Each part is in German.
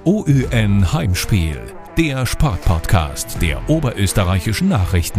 OÜN Heimspiel, der Sportpodcast der oberösterreichischen Nachrichten.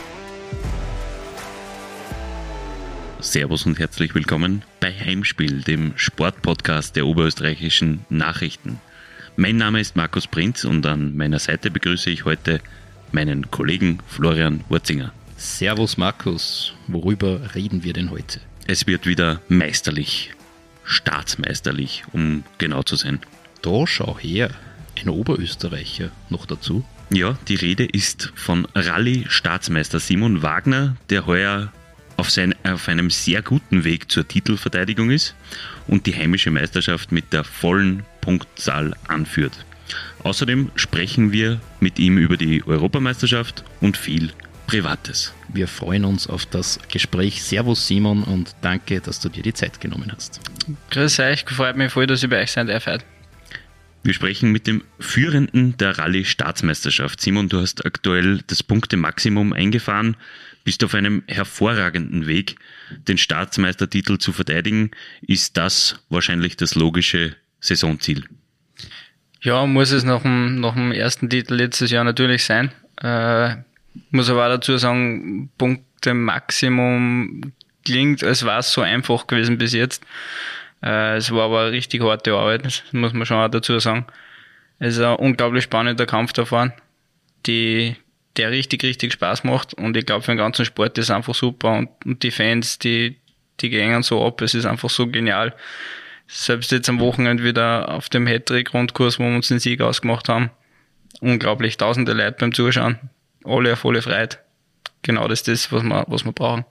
Servus und herzlich willkommen bei Heimspiel, dem Sportpodcast der oberösterreichischen Nachrichten. Mein Name ist Markus Prinz und an meiner Seite begrüße ich heute meinen Kollegen Florian Wurzinger. Servus Markus, worüber reden wir denn heute? Es wird wieder meisterlich, staatsmeisterlich, um genau zu sein. Da schau her, ein Oberösterreicher noch dazu. Ja, die Rede ist von Rallye-Staatsmeister Simon Wagner, der heuer auf einem sehr guten Weg zur Titelverteidigung ist und die heimische Meisterschaft mit der vollen Punktzahl anführt. Außerdem sprechen wir mit ihm über die Europameisterschaft und viel Privates. Wir freuen uns auf das Gespräch. Servus Simon und danke, dass du dir die Zeit genommen hast. Grüß euch, freut mich voll, dass ich bei euch sein darf heute. Wir sprechen mit dem Führenden der Rallye-Staatsmeisterschaft. Simon, du hast aktuell das Punkte-Maximum eingefahren, bist auf einem hervorragenden Weg, den Staatsmeistertitel zu verteidigen. Ist das wahrscheinlich das logische Saisonziel? Ja, muss es nach dem ersten Titel letztes Jahr natürlich sein. Muss aber auch dazu sagen, Punkte-Maximum klingt, als war es so einfach gewesen bis jetzt. Es war aber eine richtig harte Arbeit, das muss man schon auch dazu sagen. Es ist ein unglaublich spannender Kampf da vorne, der richtig, richtig Spaß macht. Und ich glaube, für den ganzen Sport ist es einfach super. Und die Fans, die gehen so ab. Es ist einfach so genial. Selbst jetzt am Wochenende wieder auf dem Hattrick-Rundkurs, wo wir uns den Sieg ausgemacht haben. Unglaublich, tausende Leute beim Zuschauen. Alle auf volle Freude. Genau das ist das, was wir brauchen.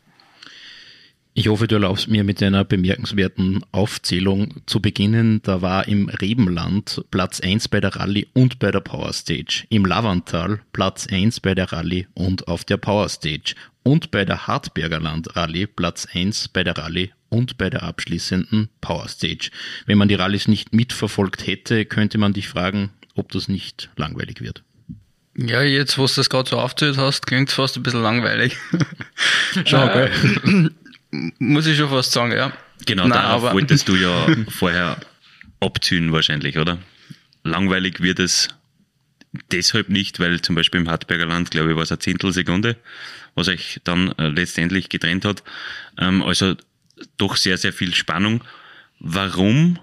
Ich hoffe, du erlaubst mir mit einer bemerkenswerten Aufzählung zu beginnen. Da war im Rebenland Platz 1 bei der Rallye und bei der Powerstage. Im Lavantal Platz 1 bei der Rallye und auf der Powerstage. Und bei der Hartbergerland Rallye Platz 1 bei der Rallye und bei der abschließenden Powerstage. Wenn man die Rallyes nicht mitverfolgt hätte, könnte man dich fragen, ob das nicht langweilig wird. Ja, jetzt, wo du das gerade so aufgezählt hast, klingt es fast ein bisschen langweilig. Schau, gell? Muss ich schon fast sagen, ja. Genau, darauf wolltest du ja vorher abziehen wahrscheinlich, oder? Langweilig wird es deshalb nicht, weil zum Beispiel im Hartbergerland, glaube ich, war es eine Zehntelsekunde, was euch dann letztendlich getrennt hat. Also doch sehr, sehr viel Spannung. Warum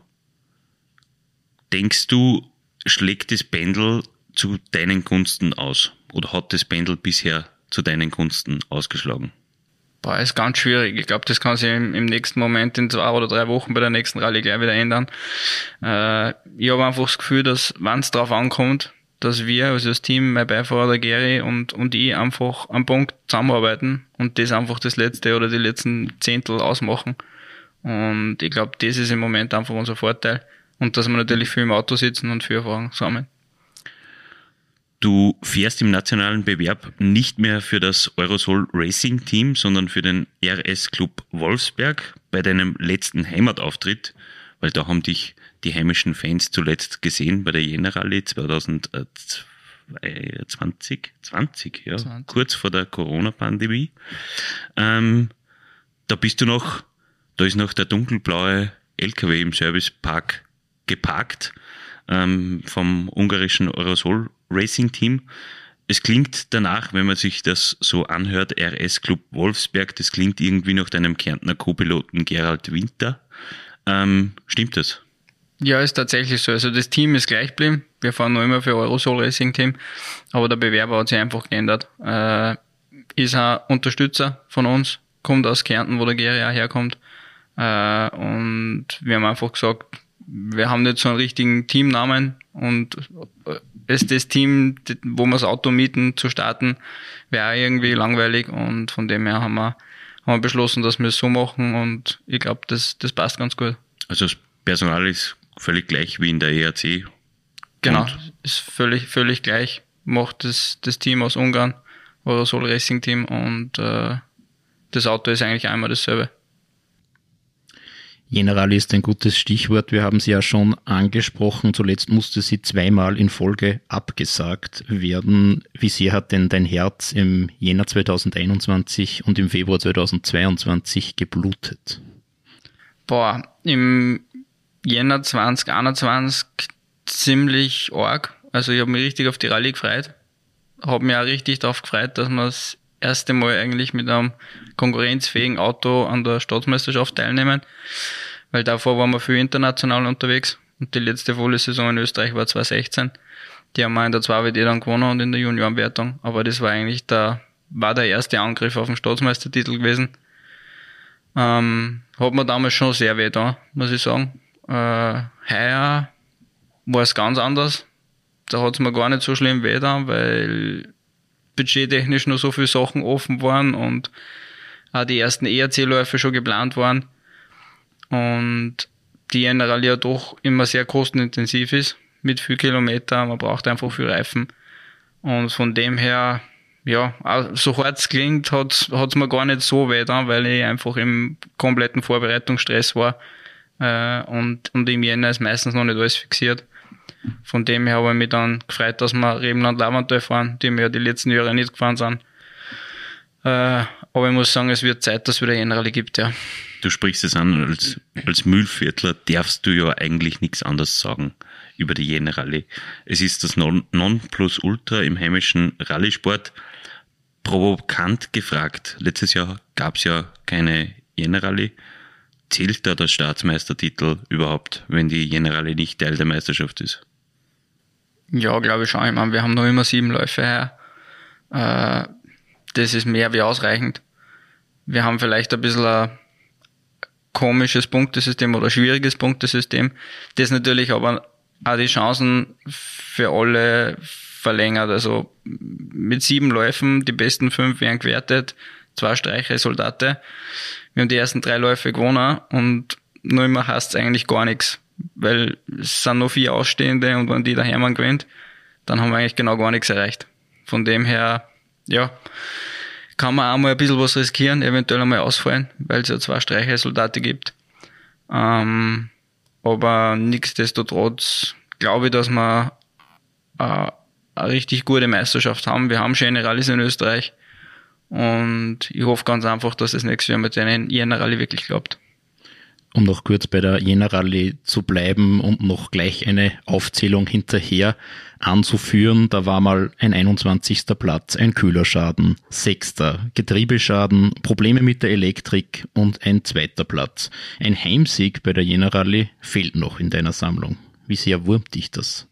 denkst du, schlägt das Pendel zu deinen Gunsten aus? Oder hat das Pendel bisher zu deinen Gunsten ausgeschlagen? Boah, ist ganz schwierig. Ich glaube, das kann sich im nächsten Moment in 2 oder 3 Wochen bei der nächsten Rallye gleich wieder ändern. Ich habe einfach das Gefühl, dass, wenn es darauf ankommt, dass wir, also das Team, mein Beifahrer, der Gary und ich einfach am Punkt zusammenarbeiten und das einfach das letzte oder die letzten Zehntel ausmachen. Und ich glaube, das ist im Moment einfach unser Vorteil. Und dass wir natürlich viel im Auto sitzen und viel Erfahrung sammeln. Du fährst im nationalen Bewerb nicht mehr für das Eurosol Racing Team, sondern für den RS Club Wolfsberg bei deinem letzten Heimatauftritt, weil da haben dich die heimischen Fans zuletzt gesehen bei der Jena Rallye 2020, ja, 20. Kurz vor der Corona-Pandemie. Da ist noch der dunkelblaue LKW im Servicepark geparkt vom ungarischen Eurosol Racing Team. Es klingt danach, wenn man sich das so anhört, RS Club Wolfsberg, das klingt irgendwie nach deinem Kärntner Co-Piloten Gerald Winter. Stimmt das? Ja, ist tatsächlich so. Also das Team ist gleich geblieben. Wir fahren noch immer für Eurosol Racing Team, aber der Bewerber hat sich einfach geändert. Ist ein Unterstützer von uns, kommt aus Kärnten, wo der Gary auch herkommt. Und wir haben einfach gesagt, wir haben nicht so einen richtigen Teamnamen und das Team, wo wir das Auto mieten, zu starten, wäre auch irgendwie langweilig und von dem her haben wir beschlossen, dass wir es so machen und ich glaube, das passt ganz gut. Also das Personal ist völlig gleich wie in der ERC? Genau, ist völlig gleich, macht das Team aus Ungarn, Eurosol Racing Team und das Auto ist eigentlich einmal dasselbe. Jena Rallye ist ein gutes Stichwort. Wir haben sie ja schon angesprochen. Zuletzt musste sie 2-mal in Folge abgesagt werden. Wie sehr hat denn dein Herz im Jänner 2021 und im Februar 2022 geblutet? Im Jänner 2021 ziemlich arg. Also ich habe mich richtig auf die Rallye gefreut. Habe mich auch richtig darauf gefreut, dass wir das erste Mal eigentlich mit einem konkurrenzfähigen Auto an der Staatsmeisterschaft teilnehmen. Weil davor waren wir viel international unterwegs. Und die letzte volle Saison in Österreich war 2016. Die haben wir in der 2WD dann gewonnen und in der Juniorenwertung. Aber das war eigentlich der erste Angriff auf den Staatsmeistertitel gewesen. Hat mir damals schon sehr weh da, muss ich sagen. Heuer war es ganz anders. Da hat es mir gar nicht so schlimm weh da, weil budgettechnisch noch so viele Sachen offen waren und auch die ersten ERC-Läufe schon geplant waren. Und die General ja doch immer sehr kostenintensiv ist, mit viel Kilometer, man braucht einfach viel Reifen. Und von dem her, ja, so hart es klingt, hat's mir gar nicht so weh da, weil ich einfach im kompletten Vorbereitungsstress war. Und im Jänner ist meistens noch nicht alles fixiert. Von dem her habe ich mich dann gefreut, dass wir Rebenland-Lavantal fahren, die wir ja die letzten Jahre nicht gefahren sind. Aber ich muss sagen, es wird Zeit, dass es wieder Generale gibt, ja. Du sprichst es an, als Mühlviertler darfst du ja eigentlich nichts anderes sagen über die Jänner-Rallye. Es ist das Nonplusultra im heimischen Rallye-Sport. Provokant gefragt, letztes Jahr gab es ja keine Jänner-Rallye. Zählt da der Staatsmeistertitel überhaupt, wenn die Jänner-Rallye nicht Teil der Meisterschaft ist? Ja, glaube ich schon. Ich meine, wir haben noch immer 7 Läufe her. Das ist mehr wie ausreichend. Wir haben vielleicht ein bisschen ein komisches Punktesystem oder schwieriges Punktesystem, das natürlich aber auch die Chancen für alle verlängert. Also mit 7 Läufen, die besten 5 werden gewertet, 2 Streichresultate. Wir haben die ersten 3 Läufe gewonnen und nur immer heißt es eigentlich gar nichts, weil es sind noch 4 Ausstehende und wenn die der Hermann gewinnt, dann haben wir eigentlich genau gar nichts erreicht. Von dem her, ja, kann man auch mal ein bisschen was riskieren, eventuell einmal ausfallen, weil es ja 2 Streichresultate gibt. Aber nichtsdestotrotz glaube ich, dass wir eine richtig gute Meisterschaft haben. Wir haben schöne Rallyes in Österreich und ich hoffe ganz einfach, dass es nächstes Jahr mit den Jänner-Rallye wirklich klappt. Um noch kurz bei der Jänner-Rallye zu bleiben und noch gleich eine Aufzählung hinterher anzuführen, da war mal ein 21. Platz, ein Kühlerschaden, 6. Getriebeschaden, Probleme mit der Elektrik und ein 2. Platz. Ein Heimsieg bei der Jänner-Rallye fehlt noch in deiner Sammlung. Wie sehr wurmt dich das?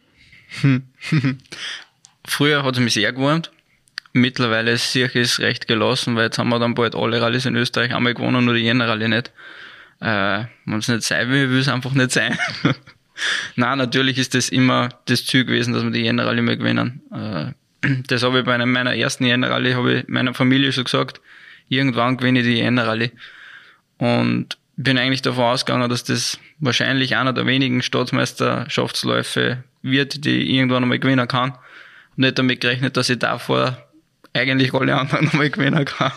Früher hat es mich sehr gewurmt. Mittlerweile sehe ich es recht gelassen, weil jetzt haben wir dann bald alle Rallyes in Österreich einmal gewonnen, nur die Jänner-Rallye nicht. Wenn es nicht sein will, will es einfach nicht sein. Nein, natürlich ist das immer das Ziel gewesen, dass wir die Jänner-Rallye mal gewinnen. Das habe ich bei meiner ersten Jänner-Rallye, habe ich meiner Familie schon gesagt, irgendwann gewinne ich die Jänner-Rallye. Und bin eigentlich davon ausgegangen, dass das wahrscheinlich einer der wenigen Staatsmeisterschaftsläufe wird, die ich irgendwann einmal gewinnen kann. Hab nicht damit gerechnet, dass ich davor eigentlich alle anderen einmal gewinnen kann.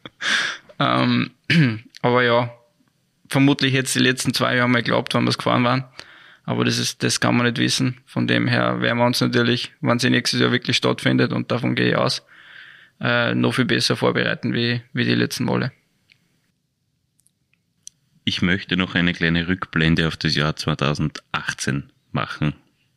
Aber ja, vermutlich jetzt die letzten 2 Jahre mal geglaubt, wenn wir es gefahren waren. Aber das kann man nicht wissen. Von dem her werden wir uns natürlich, wenn sie nächstes Jahr wirklich stattfindet, und davon gehe ich aus, noch viel besser vorbereiten wie die letzten Male. Ich möchte noch eine kleine Rückblende auf das Jahr 2018 machen.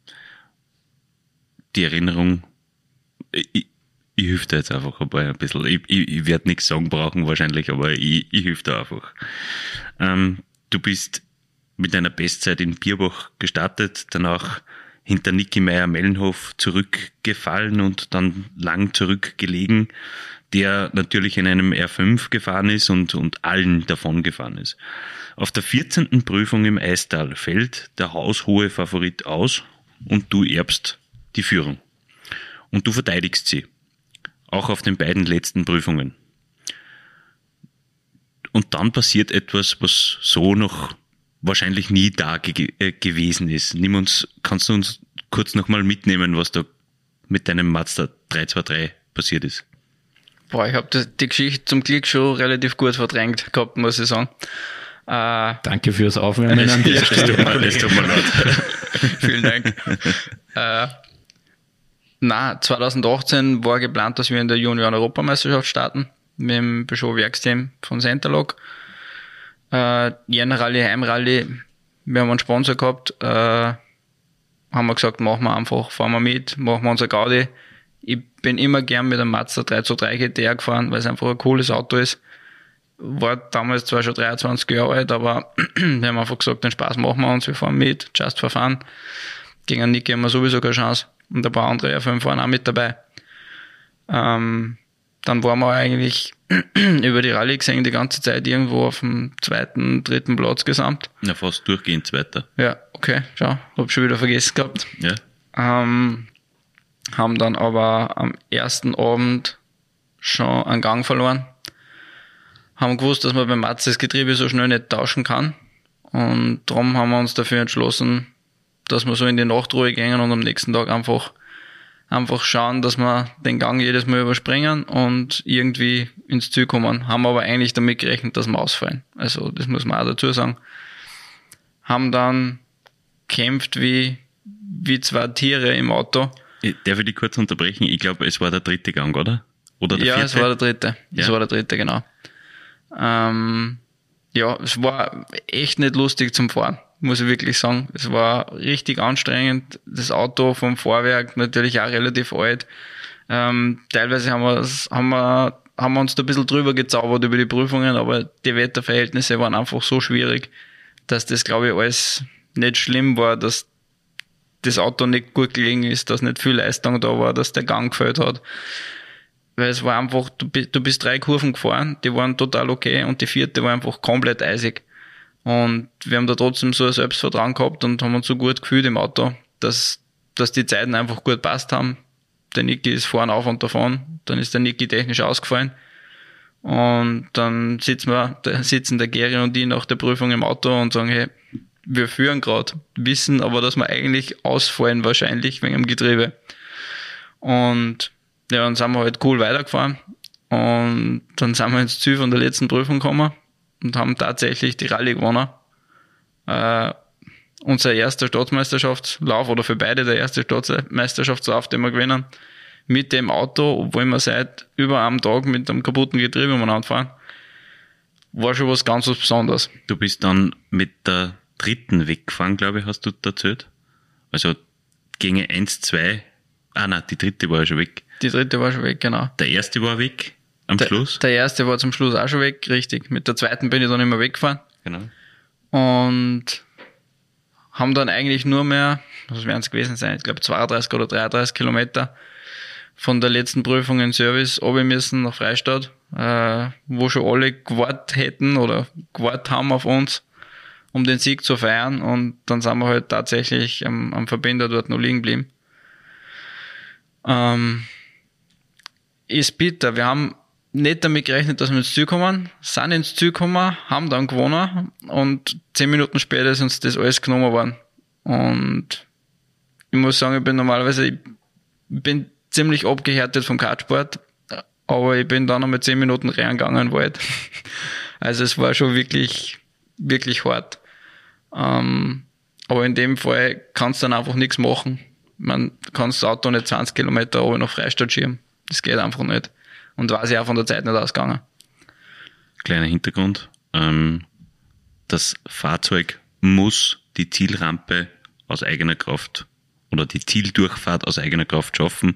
Die Erinnerung, ich hilf da jetzt einfach ein bisschen. Ich werde nichts sagen brauchen wahrscheinlich, aber ich hilf da einfach. Du bist mit einer Bestzeit in Bierbach gestartet, danach hinter Niki Meyer-Mellenhof zurückgefallen und dann lang zurückgelegen, der natürlich in einem R5 gefahren ist und allen davon gefahren ist. Auf der 14. Prüfung im Eistal fällt der haushohe Favorit aus und du erbst die Führung. Und du verteidigst sie. Auch auf den beiden letzten Prüfungen. Und dann passiert etwas, was so noch wahrscheinlich nie da gewesen ist. Kannst du uns kurz nochmal mitnehmen, was da mit deinem Mazda 323 passiert ist? Boah, ich habe die Geschichte zum Glück schon relativ gut verdrängt gehabt, muss ich sagen. Danke fürs Aufwärmen an dieser Stelle. Das tut mir leid. Vielen Dank. 2018 war geplant, dass wir in der Junioren-Europameisterschaft starten, mit dem Peugeot-Werksteam von Centerlock. Jänner-Rallye, Heim-Rallye, wir haben einen Sponsor gehabt, haben wir gesagt, machen wir einfach, fahren wir mit, machen wir unser Gaudi. Ich bin immer gern mit einem Mazda 323 GTR gefahren, weil es einfach ein cooles Auto ist. War damals zwar schon 23 Jahre alt, aber wir haben einfach gesagt, den Spaß machen wir uns, wir fahren mit, just for fun. Gegen einen Niki haben wir sowieso keine Chance. Und ein paar andere R5 waren auch mit dabei. Dann waren wir eigentlich über die Rallye gesehen die ganze Zeit irgendwo auf dem 2., 3. Platz gesamt. Ja, fast durchgehend Zweiter. Ja, okay, schau, hab schon wieder vergessen gehabt. Ja. Haben dann aber am ersten Abend schon einen Gang verloren. Haben gewusst, dass man beim Mazda das Getriebe so schnell nicht tauschen kann. Und darum haben wir uns dafür entschlossen, dass wir so in die Nachtruhe gehen und am nächsten Tag einfach schauen, dass wir den Gang jedes Mal überspringen und irgendwie ins Ziel kommen. Haben aber eigentlich damit gerechnet, dass wir ausfallen. Also das muss man auch dazu sagen. Haben dann gekämpft wie zwei Tiere im Auto. Darf ich dich kurz unterbrechen? Ich glaube, es war der 3. Gang, oder? Oder der 4.? Ja, es war der 3. Ja. Es war der 3, genau. Ja, es war echt nicht lustig zum Fahren, muss ich wirklich sagen. Es war richtig anstrengend. Das Auto vom Fahrwerk natürlich auch relativ alt. Teilweise haben wir uns da ein bisschen drüber gezaubert über die Prüfungen, aber die Wetterverhältnisse waren einfach so schwierig, dass das, glaube ich, alles nicht schlimm war, dass das Auto nicht gut gelegen ist, dass nicht viel Leistung da war, dass der Gang gefällt hat. Weil es war einfach, du bist 3 Kurven gefahren, die waren total okay und die 4. war einfach komplett eisig. Und wir haben da trotzdem so ein Selbstvertrauen gehabt und haben uns so gut gefühlt im Auto, dass die Zeiten einfach gut passt haben. Der Niki ist vorne auf und davon, dann ist der Niki technisch ausgefallen. Und dann sitzen der Geri und ich nach der Prüfung im Auto und sagen, hey, wir führen gerade, wissen aber, dass wir eigentlich ausfallen wahrscheinlich wegen dem Getriebe. Und ja, dann sind wir halt cool weitergefahren und dann sind wir ins Ziel von der letzten Prüfung gekommen und haben tatsächlich die Rallye gewonnen. Unser erster Staatsmeisterschaftslauf oder für beide der erste Staatsmeisterschaftslauf, den wir gewinnen, mit dem Auto, obwohl wir seit über einem Tag mit einem kaputten Getriebe umeinander fahren, war schon was ganz Besonderes. Du bist dann mit der 3. weggefahren, glaube ich, hast du erzählt. Also gegen 1, 2, nein, die 3. war ja schon weg. Die 3. war schon weg, genau. Der 1. war weg am Schluss? Der 1. war zum Schluss auch schon weg, richtig. Mit der 2. bin ich dann immer weggefahren. Genau. Und haben dann eigentlich nur mehr, was werden es gewesen sein, ich glaube 32 oder 33 Kilometer von der letzten Prüfung in Service runter müssen nach Freistadt, wo schon alle gewartet hätten oder gewartet haben auf uns, um den Sieg zu feiern. Und dann sind wir halt tatsächlich am Verbinder dort noch liegen geblieben. Ist bitter. Wir haben nicht damit gerechnet, dass wir ins Ziel kommen, sind ins Ziel gekommen, haben dann gewonnen und 10 Minuten später ist uns das alles genommen worden. Und ich muss sagen, ich bin ziemlich abgehärtet vom Kartsport, aber ich bin dann einmal 10 Minuten reingegangen im Wald. Also es war schon wirklich, wirklich hart. Aber in dem Fall kannst du dann einfach nichts machen. Man kann das Auto nicht 20 Kilometer runter nach Freistadt schieben. Das geht einfach nicht. Und war sie auch von der Zeit nicht ausgegangen. Kleiner Hintergrund. Das Fahrzeug muss die Zielrampe aus eigener Kraft oder die Zieldurchfahrt aus eigener Kraft schaffen.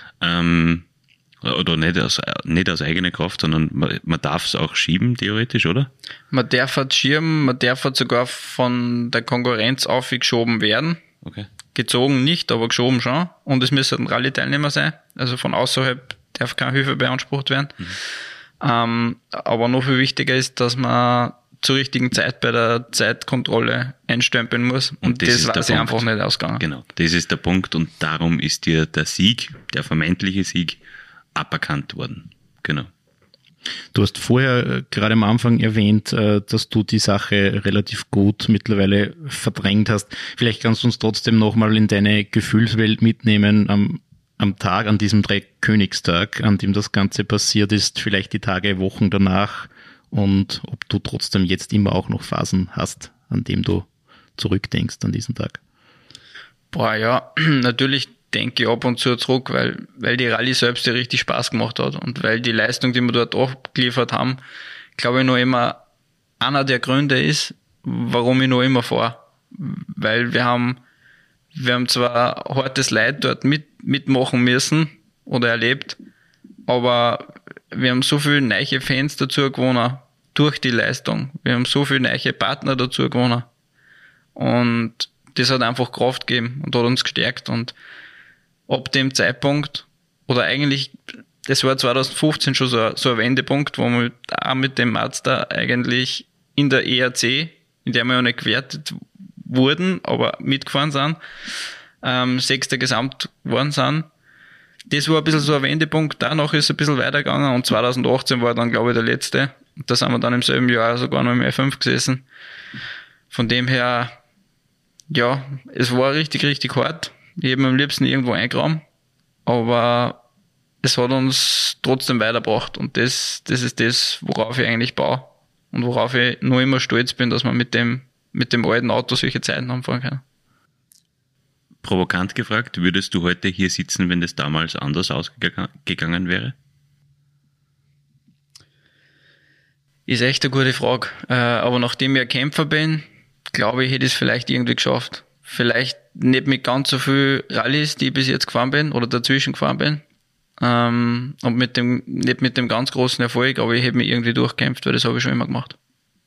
Oder nicht aus eigener Kraft, sondern man darf es auch schieben, theoretisch, oder? Man darf es schieben, man darf es sogar von der Konkurrenz aufgeschoben werden. Okay. Gezogen nicht, aber geschoben schon. Und es müsste ein Rallye-Teilnehmer sein. Also von außerhalb darf keine Hilfe beansprucht werden. Aber noch viel wichtiger ist, dass man zur richtigen Zeit bei der Zeitkontrolle einstempeln muss. Und das war sich einfach nicht ausgegangen. Genau, das ist der Punkt. Und darum ist dir der Sieg, der vermeintliche Sieg, aberkannt worden. Genau. Du hast vorher gerade am Anfang erwähnt, dass du die Sache relativ gut mittlerweile verdrängt hast. Vielleicht kannst du uns trotzdem nochmal in deine Gefühlswelt mitnehmen am Tag, an diesem Dreikönigstag, an dem das Ganze passiert ist, vielleicht die Tage, Wochen danach und ob du trotzdem jetzt immer auch noch Phasen hast, an dem du zurückdenkst an diesen Tag. Boah, ja, natürlich denke ich ab und zu zurück, weil die Rallye selbst ja richtig Spaß gemacht hat und weil die Leistung, die wir dort abgeliefert haben, glaube ich, noch immer einer der Gründe ist, warum ich noch immer fahre. Weil wir haben wir haben zwar hartes Leid dort mitmachen müssen oder erlebt, aber wir haben so viele neue Fans dazu gewonnen durch die Leistung. Wir haben so viele neue Partner dazu gewonnen. Und das hat einfach Kraft gegeben und hat uns gestärkt. Und ab dem Zeitpunkt, oder eigentlich, das war 2015 schon so ein Wendepunkt, wo wir auch mit dem Mazda eigentlich in der ERC, in der wir ja nicht gewertet wurden, aber mitgefahren sind, 6. Gesamt geworden sind. Das war ein bisschen so ein Wendepunkt. Danach ist es ein bisschen weitergegangen und 2018 war dann, glaube ich, der letzte. Da sind wir dann im selben Jahr sogar noch im F5 gesessen. Von dem her, ja, es war richtig, richtig hart. Ich hätte mir am liebsten irgendwo eingeräumt, aber es hat uns trotzdem weitergebracht und das ist das, worauf ich eigentlich baue und worauf ich noch immer stolz bin, dass wir mit dem alten Auto solche Zeiten anfahren können. Provokant gefragt, würdest du heute hier sitzen, wenn das damals anders ausgegangen wäre? Ist echt eine gute Frage. Aber nachdem ich ein Kämpfer bin, glaube ich, hätte ich es vielleicht irgendwie geschafft. Vielleicht nicht mit ganz so viel Rallyes, die ich bis jetzt gefahren bin oder dazwischen gefahren bin. Und nicht mit dem ganz großen Erfolg, aber ich hätte mich irgendwie durchgekämpft, weil das habe ich schon immer gemacht.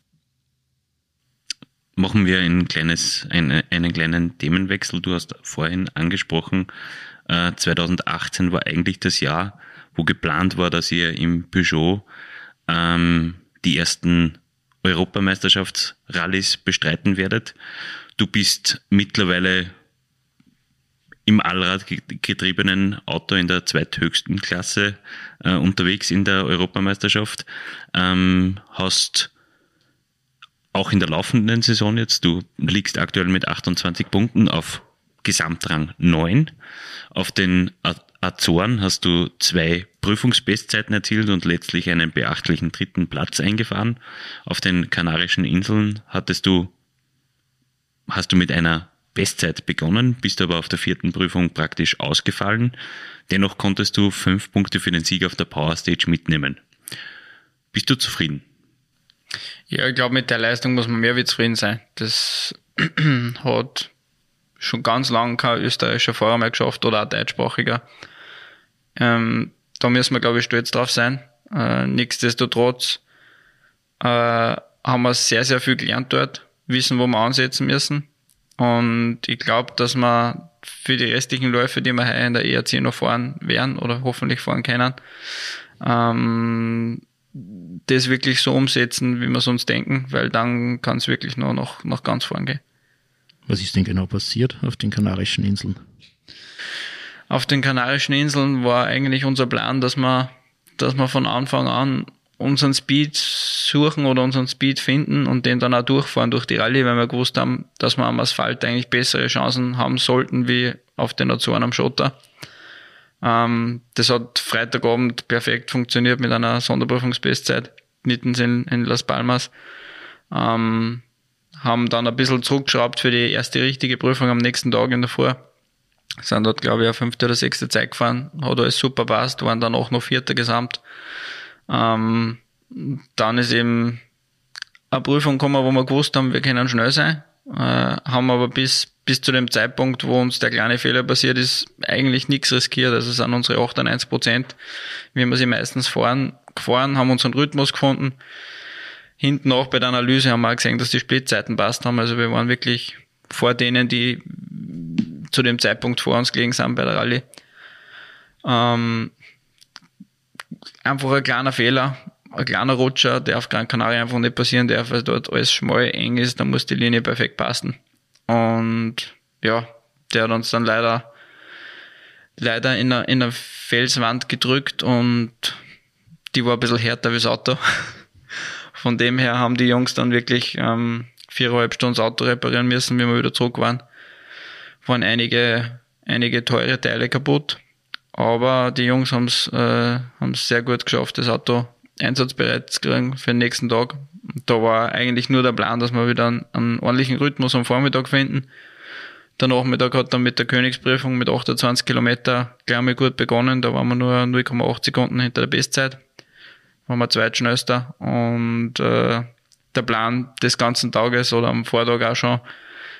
Machen wir einen kleinen Themenwechsel. Du hast vorhin angesprochen, 2018 war eigentlich das Jahr, wo geplant war, dass ihr im Peugeot die ersten Europameisterschaftsrallyes bestreiten werdet. Du bist mittlerweile im allradgetriebenen Auto in der zweithöchsten Klasse unterwegs in der Europameisterschaft. Hast auch in der laufenden Saison jetzt, du liegst aktuell mit 28 Punkten auf Gesamtrang 9. Auf den Azoren hast du 2 Prüfungsbestzeiten erzielt und letztlich einen beachtlichen 3. Platz eingefahren. Auf den Kanarischen Inseln hast du mit einer Bestzeit begonnen, bist aber auf der 4. Prüfung praktisch ausgefallen. Dennoch konntest du 5 Punkte für den Sieg auf der Power Stage mitnehmen. Bist du zufrieden? Ja, ich glaube, mit der Leistung muss man mehr wie zufrieden sein. Das hat schon ganz lange kein österreichischer Fahrer mehr geschafft oder auch deutschsprachiger. Da müssen wir, glaube ich, stolz drauf sein. Nichtsdestotrotz haben wir sehr, sehr viel gelernt dort, wissen, wo wir ansetzen müssen. Und ich glaube, dass wir für die restlichen Läufe, die wir heuer in der ERC noch fahren werden oder hoffentlich fahren können, das wirklich so umsetzen, wie wir es uns denken, weil dann kann es wirklich nur noch ganz vorn gehen. Was ist denn genau passiert auf den Kanarischen Inseln? Auf den Kanarischen Inseln war eigentlich unser Plan, dass wir von Anfang an unseren Speed suchen oder unseren Speed finden und den dann auch durchfahren durch die Rallye, weil wir gewusst haben, dass wir am Asphalt eigentlich bessere Chancen haben sollten wie auf den Azoren am Schotter. Das hat Freitagabend perfekt funktioniert mit einer Sonderprüfungsbestzeit mitten in Las Palmas. Haben dann ein bisschen zurückgeschraubt für die erste richtige Prüfung am nächsten Tag in der Früh. Sind dort, glaube ich, eine 5. oder 6. Zeit gefahren. Hat alles super passt, waren dann auch noch 4. Gesamt. Dann ist eben eine Prüfung gekommen, wo wir gewusst haben, wir können schnell sein. Haben aber bis zu dem Zeitpunkt, wo uns der kleine Fehler passiert ist, eigentlich nichts riskiert. Also sind unsere 98%, wie wir sie meistens gefahren, haben unseren Rhythmus gefunden. Hinten auch bei der Analyse haben wir auch gesehen, dass die Splitzeiten passt haben. Also wir waren wirklich vor denen, die zu dem Zeitpunkt vor uns gelegen sind bei der Rallye. Einfach ein kleiner Fehler, ein kleiner Rutscher, der auf Gran Canaria einfach nicht passieren darf, weil dort alles schmal, eng ist, da muss die Linie perfekt passen. Und ja, der hat uns dann leider in eine Felswand gedrückt und die war ein bisschen härter wie das Auto. Von dem her haben die Jungs dann wirklich 4,5 Stunden das Auto reparieren müssen, wie wir wieder zurück waren. Waren einige teure Teile kaputt, aber die Jungs haben es sehr gut geschafft, das Auto einsatzbereit zu kriegen für den nächsten Tag. Da war eigentlich nur der Plan, dass wir wieder einen ordentlichen Rhythmus am Vormittag finden. Der Nachmittag hat dann mit der Königsprüfung mit 28 Kilometer gleich mal gut begonnen. Da waren wir nur 0,8 Sekunden hinter der Bestzeit. Waren wir zweitschnellster. Und der Plan des ganzen Tages oder am Vortag auch schon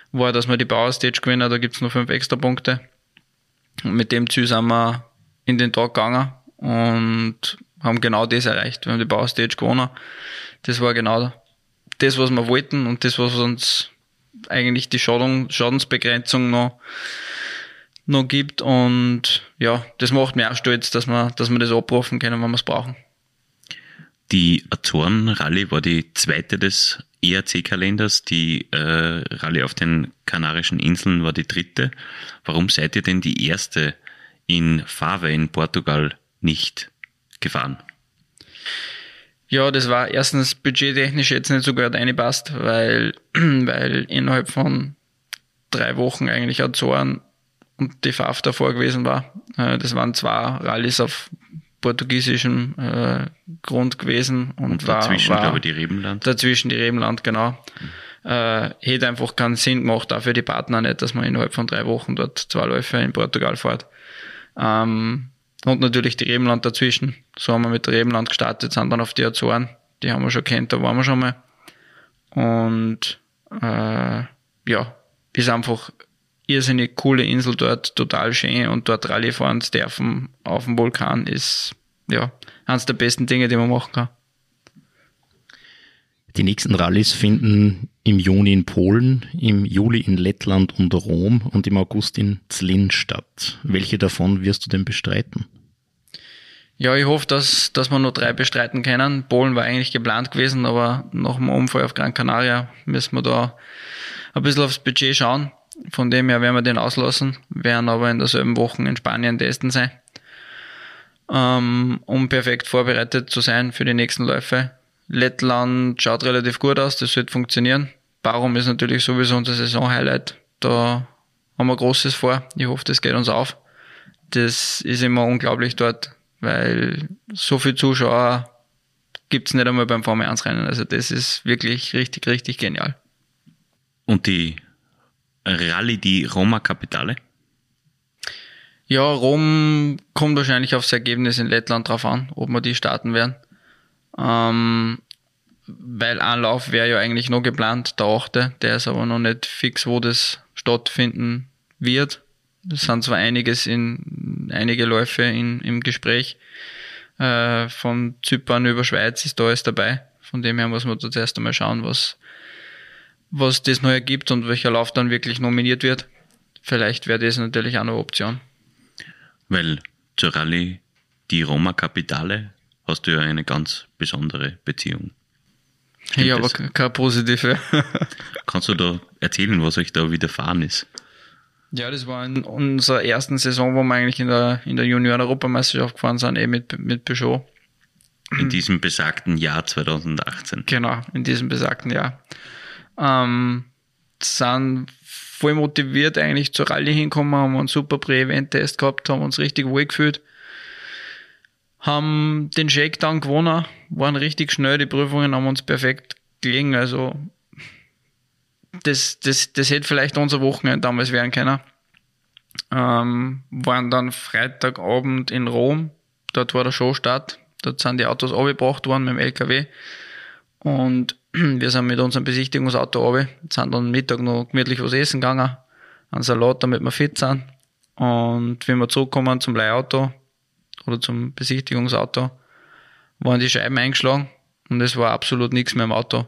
war, dass wir die Power Stage gewinnen. Da gibt's noch 5 extra Punkte. Und mit dem Ziel sind wir in den Tag gegangen und haben genau das erreicht. Wir haben die Power Stage gewonnen. Das war genau das, was wir wollten und das, was uns eigentlich die Schadensbegrenzung noch gibt. Und ja, das macht mich auch stolz, dass wir das abrufen können, wenn wir es brauchen. Die Azoren-Rallye war die zweite des ERC-Kalenders. Die Rallye auf den Kanarischen Inseln war die dritte. Warum seid ihr denn die erste in Fave in Portugal nicht gefahren? Ja, das war erstens budgettechnisch jetzt nicht so gut reingepasst, weil innerhalb von 3 Wochen eigentlich Azoren und die FAF davor gewesen war. Das waren 2 Rallyes auf portugiesischem Grund gewesen. Und dazwischen, war glaube ich, die Rebenland. Dazwischen die Rebenland, genau. Hätte einfach keinen Sinn gemacht, auch für die Partner nicht, dass man innerhalb von 3 Wochen dort 2 Läufe in Portugal fährt. Und natürlich die Rebenland dazwischen. So haben wir mit der Rebenland gestartet, sind dann auf die Azoren. Die haben wir schon kennt, da waren wir schon mal. Und ja, ist einfach irrsinnig coole Insel dort, total schön, und dort Rallye fahren zu dürfen auf dem Vulkan ist ja eines der besten Dinge, die man machen kann. Die nächsten Rallyes finden im Juni in Polen, im Juli in Lettland und Rom und im August in Zlin statt. Welche davon wirst du denn bestreiten? Ja, ich hoffe, dass wir noch 3 bestreiten können. Polen war eigentlich geplant gewesen, aber nach dem Unfall auf Gran Canaria müssen wir da ein bisschen aufs Budget schauen. Von dem her werden wir den auslassen, werden aber in derselben Woche in Spanien testen sein, um perfekt vorbereitet zu sein für die nächsten Läufe. Lettland schaut relativ gut aus, das sollte funktionieren. Barum ist natürlich sowieso unser Saison-Highlight, da haben wir Großes vor. Ich hoffe, das geht uns auf. Das ist immer unglaublich dort, weil so viele Zuschauer gibt's nicht einmal beim Formel 1 Rennen. Also das ist wirklich richtig, richtig genial. Und die Rallye, die Roma Capitale? Ja, Rom kommt wahrscheinlich aufs Ergebnis in Lettland drauf an, ob wir die starten werden. Weil ein Lauf wäre ja eigentlich noch geplant, der 8. Der ist aber noch nicht fix, wo das stattfinden wird. Es sind zwar einige Läufe im Gespräch. Von Zypern über Schweiz ist da alles dabei. Von dem her muss man da zuerst einmal schauen, was das noch ergibt und welcher Lauf dann wirklich nominiert wird. Vielleicht wäre das natürlich auch eine Option. Weil zur Rallye, die Roma Capitale, hast du ja eine ganz besondere Beziehung. Stimmt ja, das? aber keine positive. Kannst du da erzählen, was euch da widerfahren ist? Ja, das war in unserer ersten Saison, wo wir eigentlich in der Junioren-Europameisterschaft gefahren sind, mit Peugeot. In diesem besagten Jahr 2018. Genau, in diesem besagten Jahr. Sind voll motiviert eigentlich zur Rallye hinkommen, haben einen super Prä-Event-Test gehabt, haben uns richtig wohl gefühlt. Haben den Shakedown gewonnen, waren richtig schnell, die Prüfungen haben uns perfekt gelegen, also das hätte vielleicht unser Wochenende damals werden können. Waren dann Freitagabend in Rom, dort war der Showstart, dort sind die Autos abgebracht worden mit dem LKW und wir sind mit unserem Besichtigungsauto runter, sind dann Mittag noch gemütlich was essen gegangen, einen Salat, damit wir fit sind, und wenn wir zurückkommen zum Leihauto oder zum Besichtigungsauto, waren die Scheiben eingeschlagen und es war absolut nichts mehr im Auto.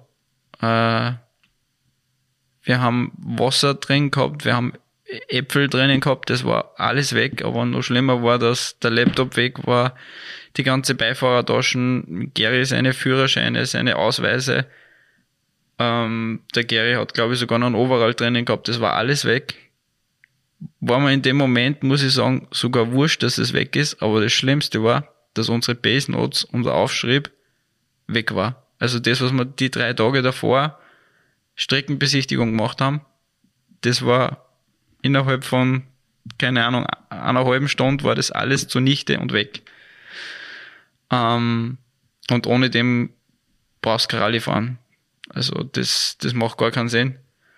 Wir haben Wasser drin gehabt, wir haben Äpfel drinnen gehabt, das war alles weg, aber noch schlimmer war, dass der Laptop weg war, die ganze Beifahrertaschen, Gary seine Führerscheine, seine Ausweise, der Gary hat, glaube ich, sogar noch einen Overall drinnen gehabt, das war alles weg. War mir in dem Moment, muss ich sagen, sogar wurscht, dass es weg ist, aber das Schlimmste war, dass unsere Base Notes, unser Aufschrieb, weg war. Also das, was wir die 3 Tage davor Streckenbesichtigung gemacht haben, das war innerhalb von, keine Ahnung, einer halben Stunde war das alles zunichte und weg. Und ohne dem brauchst du kein Rallye fahren. Also das macht gar keinen Sinn.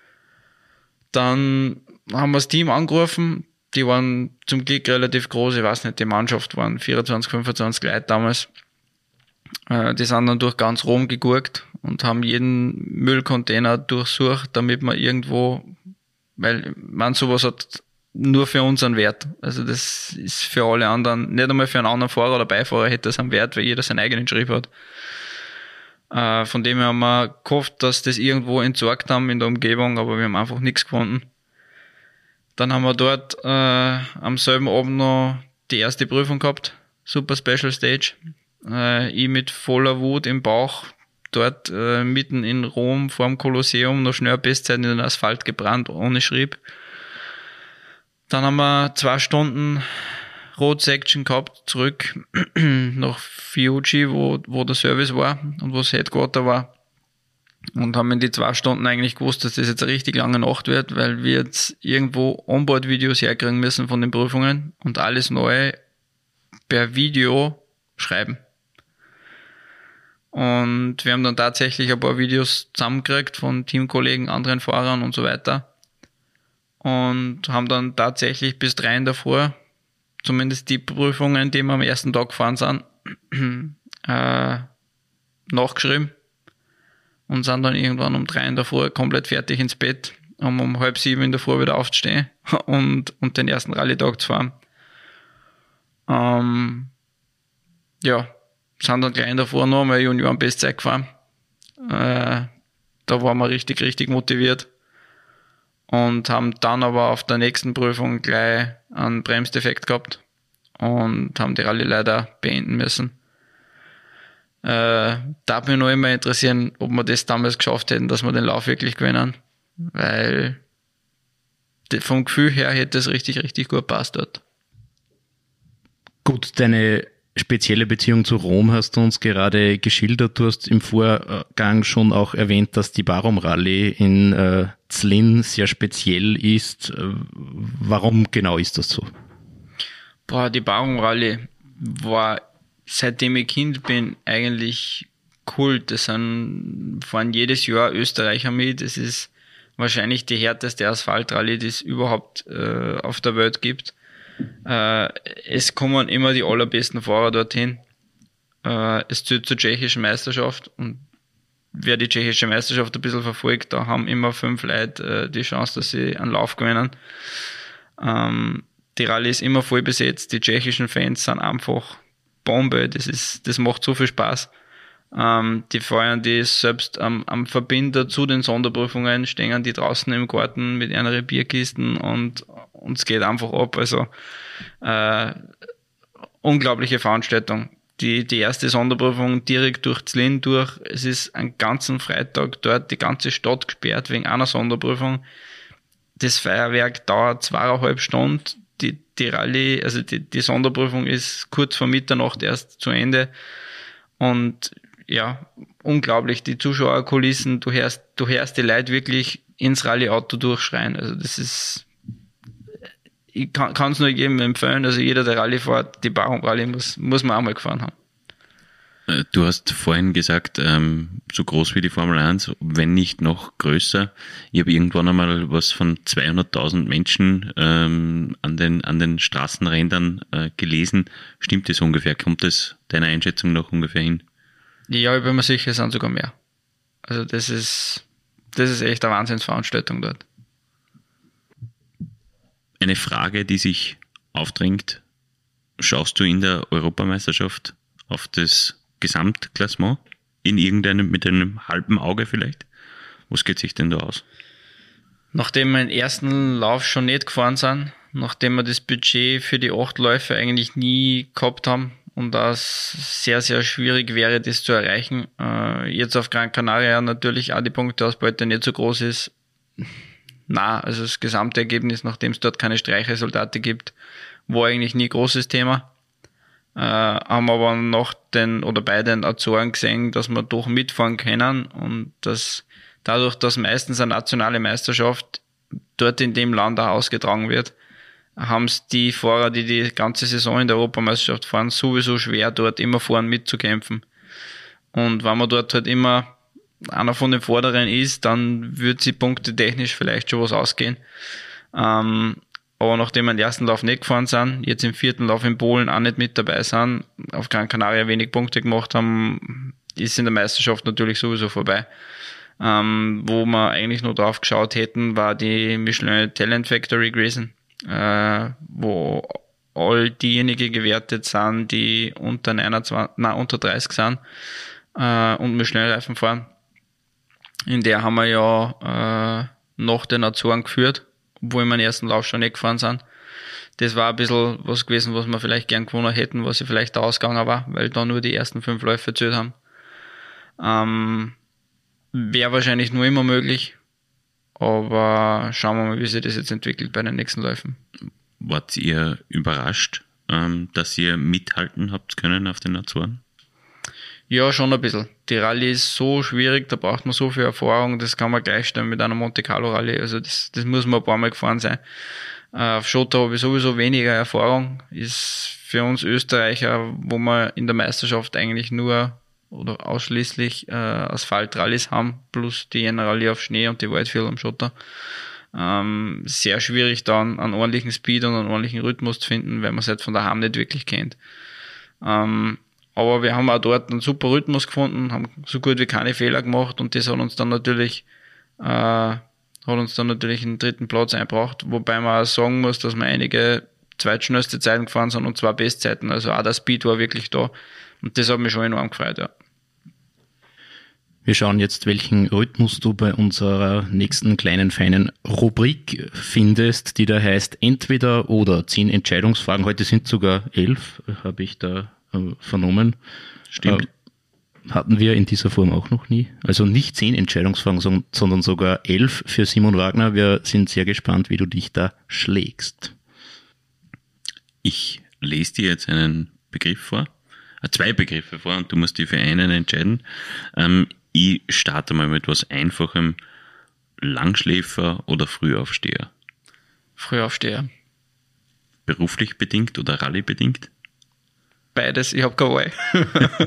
Dann haben wir das Team angerufen, die waren zum Glück relativ groß, ich weiß nicht, die Mannschaft waren 24, 25 Leute damals. Die sind dann durch ganz Rom gegurkt und haben jeden Müllcontainer durchsucht, damit wir irgendwo Weil man sowas hat nur für uns einen Wert. Also das ist für alle anderen, nicht einmal für einen anderen Fahrer oder Beifahrer hätte das einen Wert, weil jeder seinen eigenen Schrieb hat. Von dem her haben wir gehofft, dass das irgendwo entsorgt haben in der Umgebung, aber wir haben einfach nichts gefunden. Dann haben wir dort am selben Abend noch die erste Prüfung gehabt, Super Special Stage. Ich mit voller Wut im Bauch, dort mitten in Rom vor dem Kolosseum noch schnell Bestzeit in den Asphalt gebrannt, ohne Schrieb. Dann haben wir 2 Stunden Road Section gehabt, zurück nach Fiuggi, wo der Service war und wo das Headquarter war. Und haben in die 2 Stunden eigentlich gewusst, dass das jetzt eine richtig lange Nacht wird, weil wir jetzt irgendwo Onboard-Videos herkriegen müssen von den Prüfungen und alles neu per Video schreiben. Und wir haben dann tatsächlich ein paar Videos zusammengekriegt von Teamkollegen, anderen Fahrern und so weiter. Und haben dann tatsächlich bis 3 in der Früh, zumindest die Prüfungen, die wir am ersten Tag gefahren sind, nachgeschrieben. Und sind dann irgendwann um 3 in der Früh komplett fertig ins Bett, um 6:30 in der Früh wieder aufzustehen und den ersten Rallye-Tag zu fahren. Sind dann gleich in der Früh noch einmal Junioren-Bestzeit gefahren. Da waren wir richtig, richtig motiviert. Und haben dann aber auf der nächsten Prüfung gleich einen Bremsdefekt gehabt und haben die Rallye leider beenden müssen. Darf mich noch immer interessieren, ob wir das damals geschafft hätten, dass wir den Lauf wirklich gewinnen, weil vom Gefühl her hätte es richtig, richtig gut passt dort. Gut, deine spezielle Beziehung zu Rom hast du uns gerade geschildert. Du hast im Vorgang schon auch erwähnt, dass die Barum Rallye in Zlin sehr speziell ist. Warum genau ist das so? Die Barum Rallye war, seitdem ich Kind bin, eigentlich Kult. Das fahren jedes Jahr Österreicher mit. Es ist wahrscheinlich die härteste Asphaltrallye, die es überhaupt auf der Welt gibt. Es kommen immer die allerbesten Fahrer dorthin. Es zählt zur tschechischen Meisterschaft und wer die tschechische Meisterschaft ein bisschen verfolgt, da haben immer 5 Leute die Chance, dass sie einen Lauf gewinnen. Die Rallye ist immer voll besetzt, die tschechischen Fans sind einfach Bombe, das macht so viel Spaß. Die feiern die selbst am Verbinder zu den Sonderprüfungen, stehen die draußen im Garten mit einer Bierkisten und es geht einfach ab. Also unglaubliche Veranstaltung. Die erste Sonderprüfung direkt durch Zlin durch. Es ist einen ganzen Freitag dort die ganze Stadt gesperrt wegen einer Sonderprüfung. Das Feuerwerk dauert 2,5 Stunden. Die Rallye, also die Sonderprüfung ist kurz vor Mitternacht erst zu Ende. Und ja, unglaublich, die Zuschauerkulissen, du hörst die Leute wirklich ins Rallye-Auto durchschreien. Also das ist, ich kann es nur jedem empfehlen, also jeder, der Rallye fährt, die Barum Rallye muss man auch mal gefahren haben. Du hast vorhin gesagt, so groß wie die Formel 1, wenn nicht noch größer. Ich habe irgendwann einmal was von 200.000 Menschen an den Straßenrändern gelesen. Stimmt das ungefähr? Kommt das deiner Einschätzung nach ungefähr hin? Ja, ich bin mir sicher, es sind sogar mehr. Also das ist echt eine Wahnsinnsveranstaltung dort. Eine Frage, die sich aufdrängt. Schaust du in der Europameisterschaft auf das Gesamtklassement mit einem halben Auge vielleicht? Was geht sich denn da aus? Nachdem wir den ersten Lauf schon nicht gefahren sind, nachdem wir das Budget für die 8 Läufe eigentlich nie gehabt haben und das sehr, sehr schwierig wäre, das zu erreichen, jetzt auf Gran Canaria natürlich auch die Punkteausbeute nicht so groß ist. Also das gesamte Ergebnis, nachdem es dort keine Streichresultate gibt, war eigentlich nie großes Thema. Haben aber bei den Azoren gesehen, dass wir doch mitfahren können und dass dadurch, dass meistens eine nationale Meisterschaft dort in dem Land auch ausgetragen wird, haben es die Fahrer, die ganze Saison in der Europameisterschaft fahren, sowieso schwer, dort immer vorn mitzukämpfen. Und wenn man dort halt immer einer von den Vorderen ist, dann wird sie punktetechnisch vielleicht schon was ausgehen. Aber nachdem wir den ersten Lauf nicht gefahren sind, jetzt im 4. Lauf in Polen auch nicht mit dabei sind, auf Gran Canaria wenig Punkte gemacht haben, ist in der Meisterschaft natürlich sowieso vorbei. Wo wir eigentlich nur drauf geschaut hätten, war die Michelin Talent Factory gewesen, wo all diejenigen gewertet sind, die unter 30 sind und Michelin-Reifen fahren. In der haben wir ja nach den Azoren geführt, obwohl wir den ersten Lauf schon nicht gefahren sind. Das war ein bisschen was gewesen, was wir vielleicht gern gewonnen hätten, was ich vielleicht da ausgegangen war, weil da nur die ersten 5 Läufe gezählt haben. Wäre wahrscheinlich nur immer möglich, aber schauen wir mal, wie sich das jetzt entwickelt bei den nächsten Läufen. Wart ihr überrascht, dass ihr mithalten habt können auf den Azoren? Ja, schon ein bisschen. Die Rallye ist so schwierig, da braucht man so viel Erfahrung, das kann man gleichstellen mit einer Monte Carlo Rallye, also das muss man ein paar Mal gefahren sein. Auf Schotter habe ich sowieso weniger Erfahrung, ist für uns Österreicher, wo wir in der Meisterschaft eigentlich nur oder ausschließlich Asphalt-Rallyes haben, plus die Rallye auf Schnee und die Wildfield am Schotter. Sehr schwierig dann einen ordentlichen Speed und einen ordentlichen Rhythmus zu finden, weil man es halt von daheim nicht wirklich kennt. Aber wir haben auch dort einen super Rhythmus gefunden, haben so gut wie keine Fehler gemacht und das hat uns dann natürlich einen 3. Platz eingebracht, wobei man auch sagen muss, dass wir einige zweitschnellste Zeiten gefahren sind und 2 Bestzeiten, also auch der Speed war wirklich da und das hat mich schon enorm gefreut, ja. Wir schauen jetzt, welchen Rhythmus du bei unserer nächsten kleinen, feinen Rubrik findest, die da heißt Entweder oder 10 Entscheidungsfragen. Heute sind sogar 11, habe ich da vernommen. Stimmt. Hatten wir in dieser Form auch noch nie. Also nicht 10 Entscheidungsfragen, sondern sogar 11 für Simon Wagner. Wir sind sehr gespannt, wie du dich da schlägst. Ich lese dir jetzt einen Begriff vor, 2 Begriffe vor und du musst dich für einen entscheiden. Ich starte mal mit etwas Einfachem. Langschläfer oder Frühaufsteher? Frühaufsteher. Beruflich bedingt oder Rallye bedingt? Beides, ich habe keine Wahl.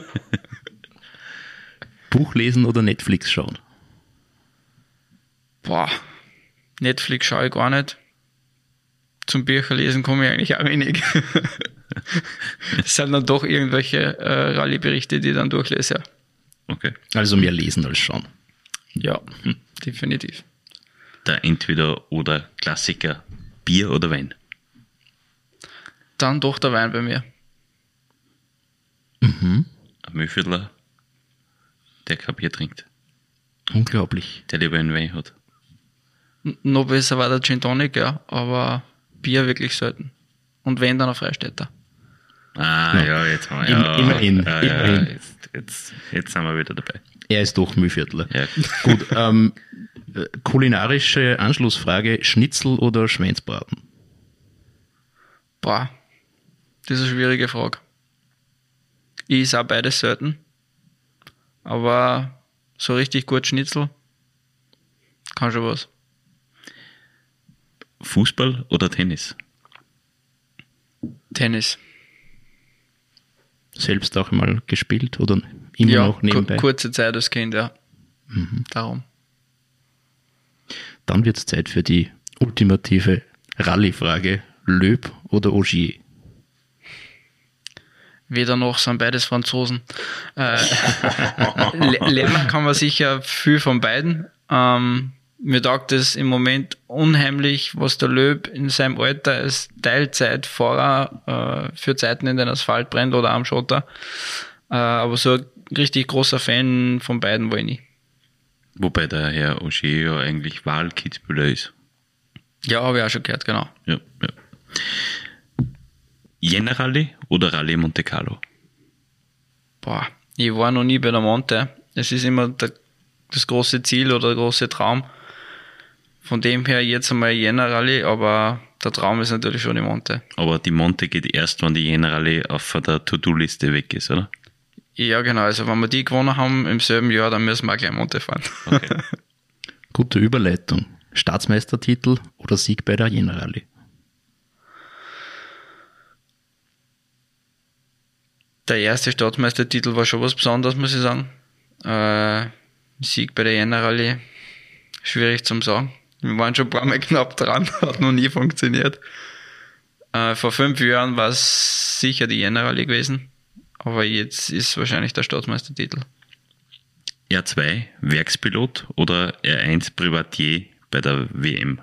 Buch lesen oder Netflix schauen? Netflix schaue ich gar nicht. Zum Bücher lesen komme ich eigentlich auch wenig. Es sind dann doch irgendwelche Rallye-Berichte, die ich dann durchlese, ja. Okay. Also mehr lesen als schauen. Ja, definitiv. Der Entweder-oder-Klassiker, Bier oder Wein? Dann doch der Wein bei mir. Ein Mühlviertler, der kein Bier trinkt. Unglaublich. Der lieber einen Wein hat. Noch besser war der Gin Tonic, ja, aber Bier wirklich selten. Und wenn, dann ein Freistädter. Ja, jetzt haben wir Immerhin. Jetzt sind wir wieder dabei. Er ist doch Mühlviertler. Ja. Gut, kulinarische Anschlussfrage, Schnitzel oder Schweinsbraten? Das ist eine schwierige Frage. Ich esse auch beides selten, aber so richtig gut Schnitzel kann schon was. Fußball oder Tennis? Tennis. Selbst auch mal gespielt oder immer noch nebenbei? Kurze Zeit als Kind, ja. Darum. Dann wird es Zeit für die ultimative Rallye-Frage. Loeb oder Ogier? Weder noch, sind beides Franzosen. Lernen kann man sicher viel von beiden. Mir taugt es im Moment unheimlich, was der Loeb in seinem Alter als Teilzeitfahrer für Zeiten in den Asphalt brennt oder am Schotter. Aber so ein richtig großer Fan von beiden war ich nie. Wobei der Herr Ogier ja eigentlich Wahlkitzbühler ist. Ja, habe ich auch schon gehört, genau. Ja. Jena Rallye oder Rallye Monte Carlo? Ich war noch nie bei der Monte. Es ist immer das große Ziel oder der große Traum. Von dem her jetzt einmal Jena Rallye, aber der Traum ist natürlich schon die Monte. Aber die Monte geht erst, wenn die Jena Rallye auf der To-Do-Liste weg ist, oder? Ja, genau. Also wenn wir die gewonnen haben im selben Jahr, dann müssen wir auch gleich Monte fahren. Okay. Gute Überleitung. Staatsmeistertitel oder Sieg bei der Jena Rallye? Der erste Staatsmeistertitel war schon was Besonderes, muss ich sagen. Sieg bei der Jena Rallye, schwierig zum sagen. Wir waren schon ein paar Mal knapp dran, hat noch nie funktioniert. Vor 5 Jahren war es sicher die Jena Rallye gewesen, aber jetzt ist wahrscheinlich der Staatsmeistertitel. R2 Werkspilot oder R1 Privatier bei der WM?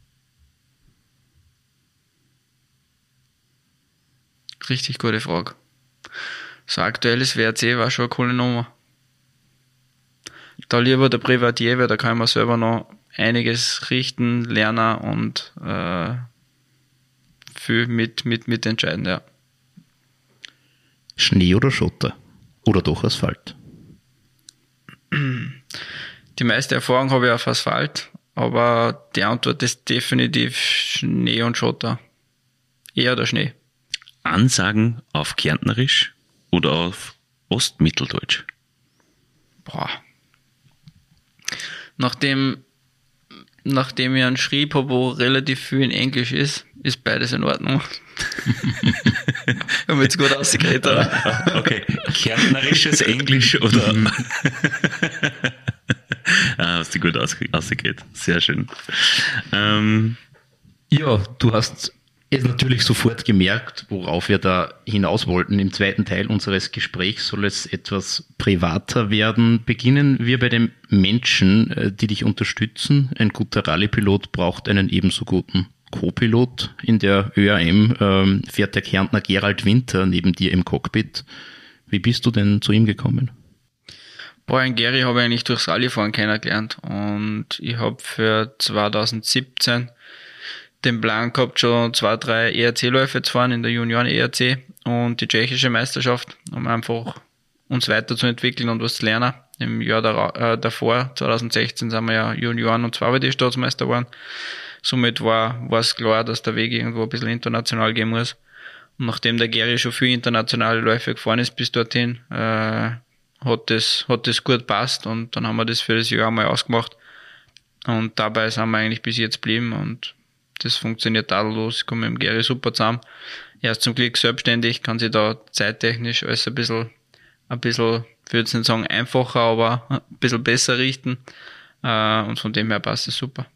Richtig gute Frage. So ein aktuelles WRC war schon eine coole Nummer. Da lieber der Privatier, weil da kann man selber noch einiges richten, lernen und viel mit entscheiden, ja. Schnee oder Schotter? Oder doch Asphalt? Die meiste Erfahrung habe ich auf Asphalt, aber die Antwort ist definitiv Schnee und Schotter. Eher der Schnee. Ansagen auf Kärntnerisch oder auf Ostmitteldeutsch? Boah. Nachdem ich einen Schrieb habe, wo relativ viel in Englisch ist beides in Ordnung. Haben wir jetzt gut ausgeredet, oder? Okay, Kärntnerisches Englisch oder... hast du gut ausgeredet. Sehr schön. Ja, du hast es natürlich sofort gemerkt, worauf wir da hinaus wollten. Im zweiten Teil unseres Gesprächs soll es etwas privater werden. Beginnen wir bei den Menschen, die dich unterstützen. Ein guter Rallyepilot braucht einen ebenso guten Co-Pilot. In der ÖAM fährt der Kärntner Gerald Winter neben dir im Cockpit. Wie bist du denn zu ihm gekommen? Den Gary habe ich eigentlich durchs Rallyfahren kennengelernt und ich habe für 2017 den Plan gehabt, schon 2-3 ERC-Läufe zu fahren in der Junioren-ERC und die tschechische Meisterschaft, um einfach uns weiterzuentwickeln und was zu lernen. Im Jahr davor, 2016, sind wir ja Junioren- und 2WD-Staatsmeister geworden. Somit war es klar, dass der Weg irgendwo ein bisschen international gehen muss. Und nachdem der Gary schon viel internationale Läufe gefahren ist bis dorthin, hat das gut passt und dann haben wir das für das Jahr mal ausgemacht. Und dabei sind wir eigentlich bis jetzt geblieben und das funktioniert tadellos. Ich komme mit dem Gary super zusammen. Er ist zum Glück selbstständig, kann sich da zeittechnisch alles ein bisschen, ich würde jetzt nicht sagen einfacher, aber ein bisschen besser richten. Und von dem her passt es super.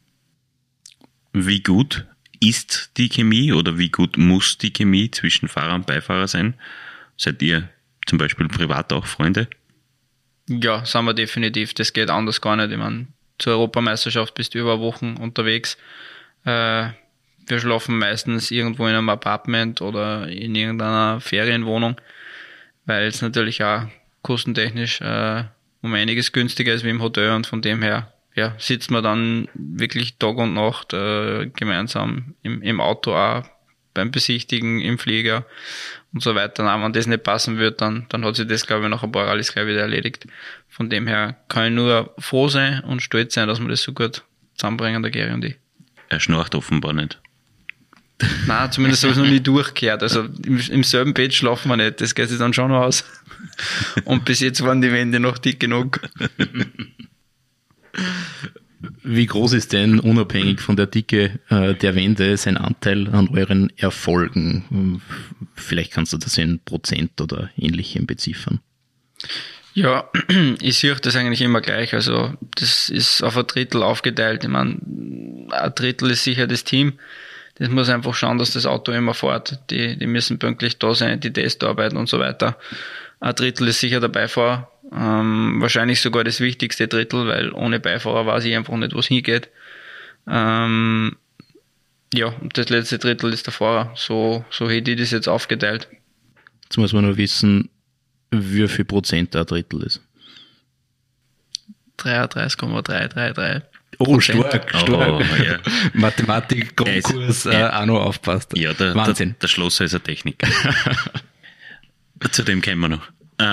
Wie gut ist die Chemie oder wie gut muss die Chemie zwischen Fahrer und Beifahrer sein? Seid ihr zum Beispiel privat auch Freunde? Ja, sind wir definitiv. Das geht anders gar nicht. Ich meine, zur Europameisterschaft bist du über Wochen unterwegs. Wir schlafen meistens irgendwo in einem Apartment oder in irgendeiner Ferienwohnung, weil es natürlich auch kostentechnisch um einiges günstiger ist wie im Hotel und von dem her sitzt man dann wirklich Tag und Nacht gemeinsam im Auto auch, beim Besichtigen, im Flieger und so weiter. Und wenn das nicht passen wird, dann hat sich das, glaube ich, nach ein paar Rallyes gleich wieder erledigt. Von dem her kann ich nur froh sein und stolz sein, dass wir das so gut zusammenbringen, der Gary und ich. Er schnarcht offenbar nicht. Nein, zumindest habe ich es noch nie durchgehört. Also im selben Bett schlafen wir nicht, das geht sich dann schon noch aus. Und bis jetzt waren die Wände noch dick genug. Wie groß ist denn, unabhängig von der Dicke der Wände, sein Anteil an euren Erfolgen? Vielleicht kannst du das in Prozent oder Ähnlichem beziffern. Ja, ich sehe das eigentlich immer gleich. Also das ist auf ein Drittel aufgeteilt. Ich meine, ein Drittel ist sicher das Team. Das muss einfach schauen, dass das Auto immer fährt. Die müssen pünktlich da sein, die Testarbeiten und so weiter. Ein Drittel ist sicher der Beifahrer. Wahrscheinlich sogar das wichtigste Drittel, weil ohne Beifahrer weiß ich einfach nicht, wo es hingeht. Und das letzte Drittel ist der Fahrer. So hätte ich das jetzt aufgeteilt. Jetzt muss man nur wissen, wie viel Prozent ein Drittel ist. 33,333. Oh, stark. Oh, ja. Mathematik, Grundkurs, auch noch aufpasst. Ja, Wahnsinn. Der Schlosser ist ein Techniker. Zu dem kommen wir noch.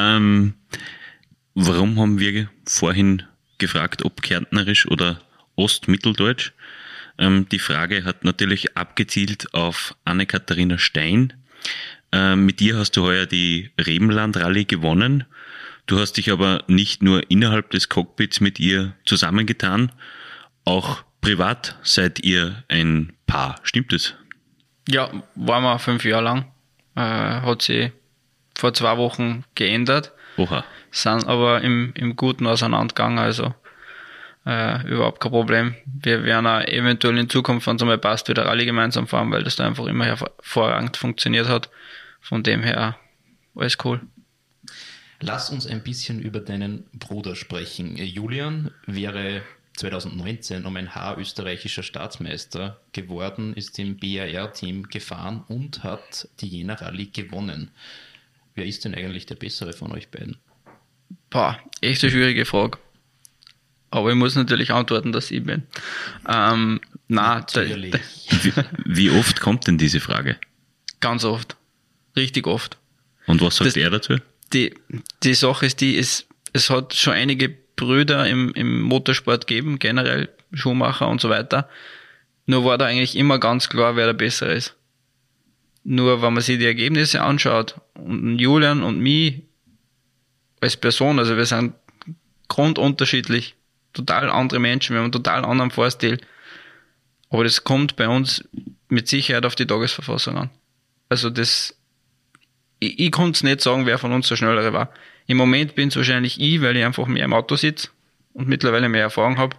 Warum haben wir vorhin gefragt, ob Kärntnerisch oder Ostmitteldeutsch? Die Frage hat natürlich abgezielt auf Anne-Katharina Stein. Mit dir hast du heuer die Rebenland-Rallye gewonnen. Du hast dich aber nicht nur innerhalb des Cockpits mit ihr zusammengetan, auch privat seid ihr ein Paar. Stimmt das? Ja, waren wir 5 Jahre lang. Hat sie vor 2 Wochen geändert. Oha. Sind aber im Guten auseinandergegangen, also überhaupt kein Problem. Wir werden auch eventuell in Zukunft, wenn es einmal passt, wieder Rallye gemeinsam fahren, weil das da einfach immer hervorragend funktioniert hat. Von dem her alles cool. Lass uns ein bisschen über deinen Bruder sprechen. Julian wäre 2019 um ein Haar österreichischer Staatsmeister geworden, ist im BAR-Team gefahren und hat die Jena Rallye gewonnen. Wer ist denn eigentlich der Bessere von euch beiden? Boah, echt eine schwierige Frage. Aber ich muss natürlich antworten, dass ich bin. Natürlich. Wie oft kommt denn diese Frage? Ganz oft. Richtig oft. Und was sagt er dazu? Die Sache ist es hat schon einige Brüder im Motorsport gegeben, generell Schuhmacher und so weiter. Nur war da eigentlich immer ganz klar, wer der Bessere ist. Nur wenn man sich die Ergebnisse anschaut und Julian und mich als Person, also wir sind grundunterschiedlich, total andere Menschen, wir haben einen total anderen Fahrstil. Aber das kommt bei uns mit Sicherheit auf die Tagesverfassung an. Also ich konnte es nicht sagen, wer von uns der Schnellere war. Im Moment bin es wahrscheinlich ich, weil ich einfach mehr im Auto sitze und mittlerweile mehr Erfahrung habe.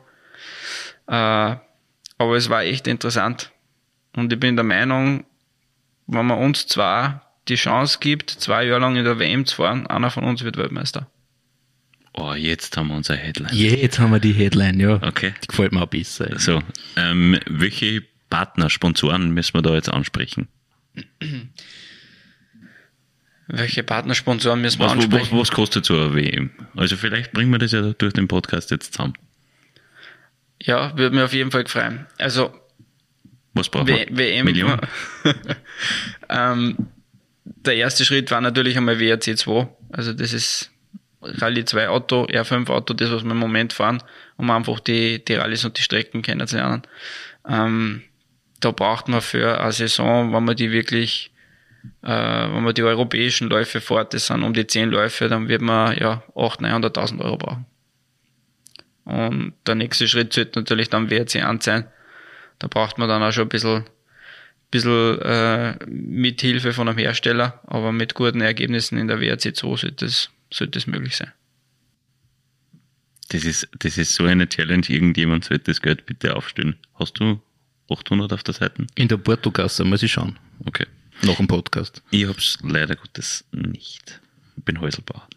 Aber es war echt interessant. Und ich bin der Meinung, wenn man uns zwar die Chance gibt, 2 Jahre lang in der WM zu fahren, einer von uns wird Weltmeister. Oh, jetzt haben wir unsere Headline. Jetzt haben wir die Headline, ja. Okay. Die gefällt mir auch besser. So, welche Partner, Sponsoren müssen wir da jetzt ansprechen? Welche Partnersponsoren müssen wir ansprechen? Was kostet so eine WM? Also vielleicht bringen wir das ja durch den Podcast jetzt zusammen. Ja, würde mich auf jeden Fall freuen. Also was brauchen wir? WM. Millionen? Der erste Schritt war natürlich einmal WRC 2. Also das ist Rallye 2 Auto, R5 Auto, das was wir im Moment fahren, um einfach die Rallyes und die Strecken kennenzulernen. Da braucht man für eine Saison, wenn man die wirklich, wenn man die europäischen Läufe fährt, das sind um die 10 Läufe, dann wird man 800.000, 900.000 Euro brauchen. Und der nächste Schritt sollte natürlich dann WRC 1 sein. Da braucht man dann auch schon ein bisschen Mithilfe von einem Hersteller, aber mit guten Ergebnissen in der WRC 2 sollte es möglich sein. Das ist so eine Challenge, irgendjemand sollte das Geld bitte aufstellen. Hast du 800 auf der Seite? In der Portokasse muss ich schauen. Okay. Noch im Podcast. Ich hab's leider Gottes nicht. Ich bin Häuselbauer.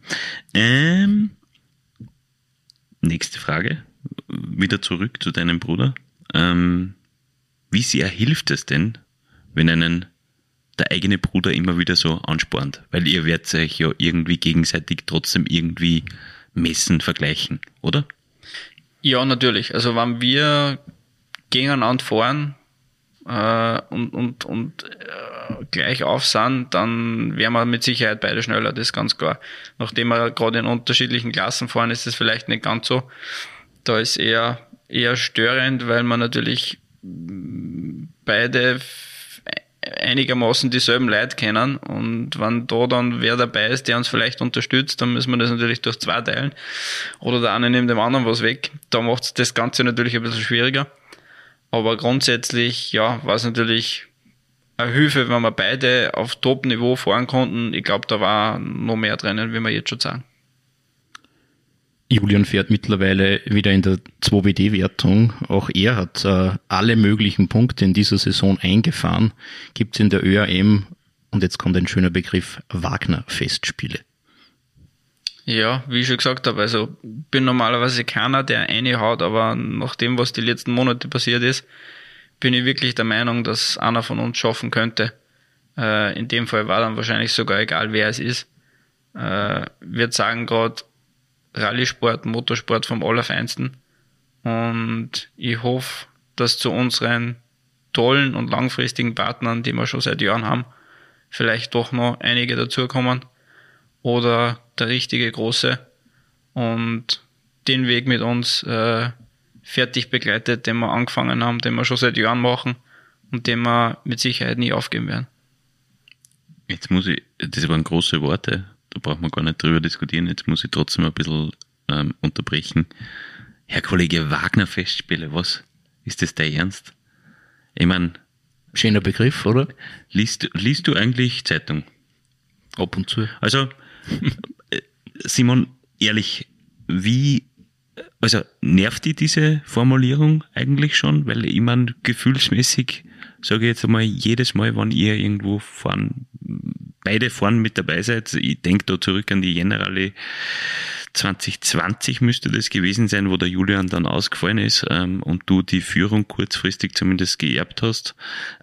Nächste Frage. Wieder zurück zu deinem Bruder. Wie sehr hilft es denn, wenn einen der eigene Bruder immer wieder so anspornt? Weil ihr werdet euch ja irgendwie gegenseitig trotzdem irgendwie messen, vergleichen, oder? Ja, natürlich. Also wenn wir gegeneinander fahren und gleich auf sind, dann wären wir mit Sicherheit beide schneller, das ist ganz klar. Nachdem wir gerade in unterschiedlichen Klassen fahren, ist das vielleicht nicht ganz so. Da ist eher störend, weil man natürlich beide einigermaßen dieselben Leute kennen und wenn da dann wer dabei ist, der uns vielleicht unterstützt, dann müssen wir das natürlich durch 2 teilen oder der eine nimmt dem anderen was weg. Da macht es das Ganze natürlich ein bisschen schwieriger. Aber grundsätzlich, war es natürlich eine Hilfe, wenn wir beide auf Top-Niveau fahren konnten. Ich glaube, da war noch mehr drinnen, wie wir jetzt schon sagen. Julian fährt mittlerweile wieder in der 2WD-Wertung. Auch er hat alle möglichen Punkte in dieser Saison eingefahren. Gibt es in der ÖAM, und jetzt kommt ein schöner Begriff, Wagner-Festspiele. Ja, wie ich schon gesagt habe, also bin normalerweise keiner, der reinhaut, aber nach dem, was die letzten Monate passiert ist, bin ich wirklich der Meinung, dass einer von uns schaffen könnte. In dem Fall war dann wahrscheinlich sogar egal, wer es ist. Wir sagen gerade, Rallye-Sport, Motorsport vom Allerfeinsten. Und ich hoffe, dass zu unseren tollen und langfristigen Partnern, die wir schon seit Jahren haben, vielleicht doch noch einige dazukommen oder der richtige Große und den Weg mit uns fertig begleitet, den wir angefangen haben, den wir schon seit Jahren machen und den wir mit Sicherheit nie aufgeben werden. Jetzt muss ich, das waren große Worte, da braucht man gar nicht drüber diskutieren, jetzt muss ich trotzdem ein bisschen unterbrechen. Herr Kollege, Wagner-Festspiele, was? Ist das der Ernst? Ich meine... Schöner Begriff, oder? Liest du eigentlich Zeitung? Ab und zu. Also, Simon, ehrlich, nervt die diese Formulierung eigentlich schon? Weil ich meine, gefühlsmäßig, sage ich jetzt einmal, jedes Mal, wenn ihr irgendwo fahren beide vorn mit dabei seid. Ich denke da zurück an die Jänner-Rallye 2020 müsste das gewesen sein, wo der Julian dann ausgefallen ist und du die Führung kurzfristig zumindest geerbt hast.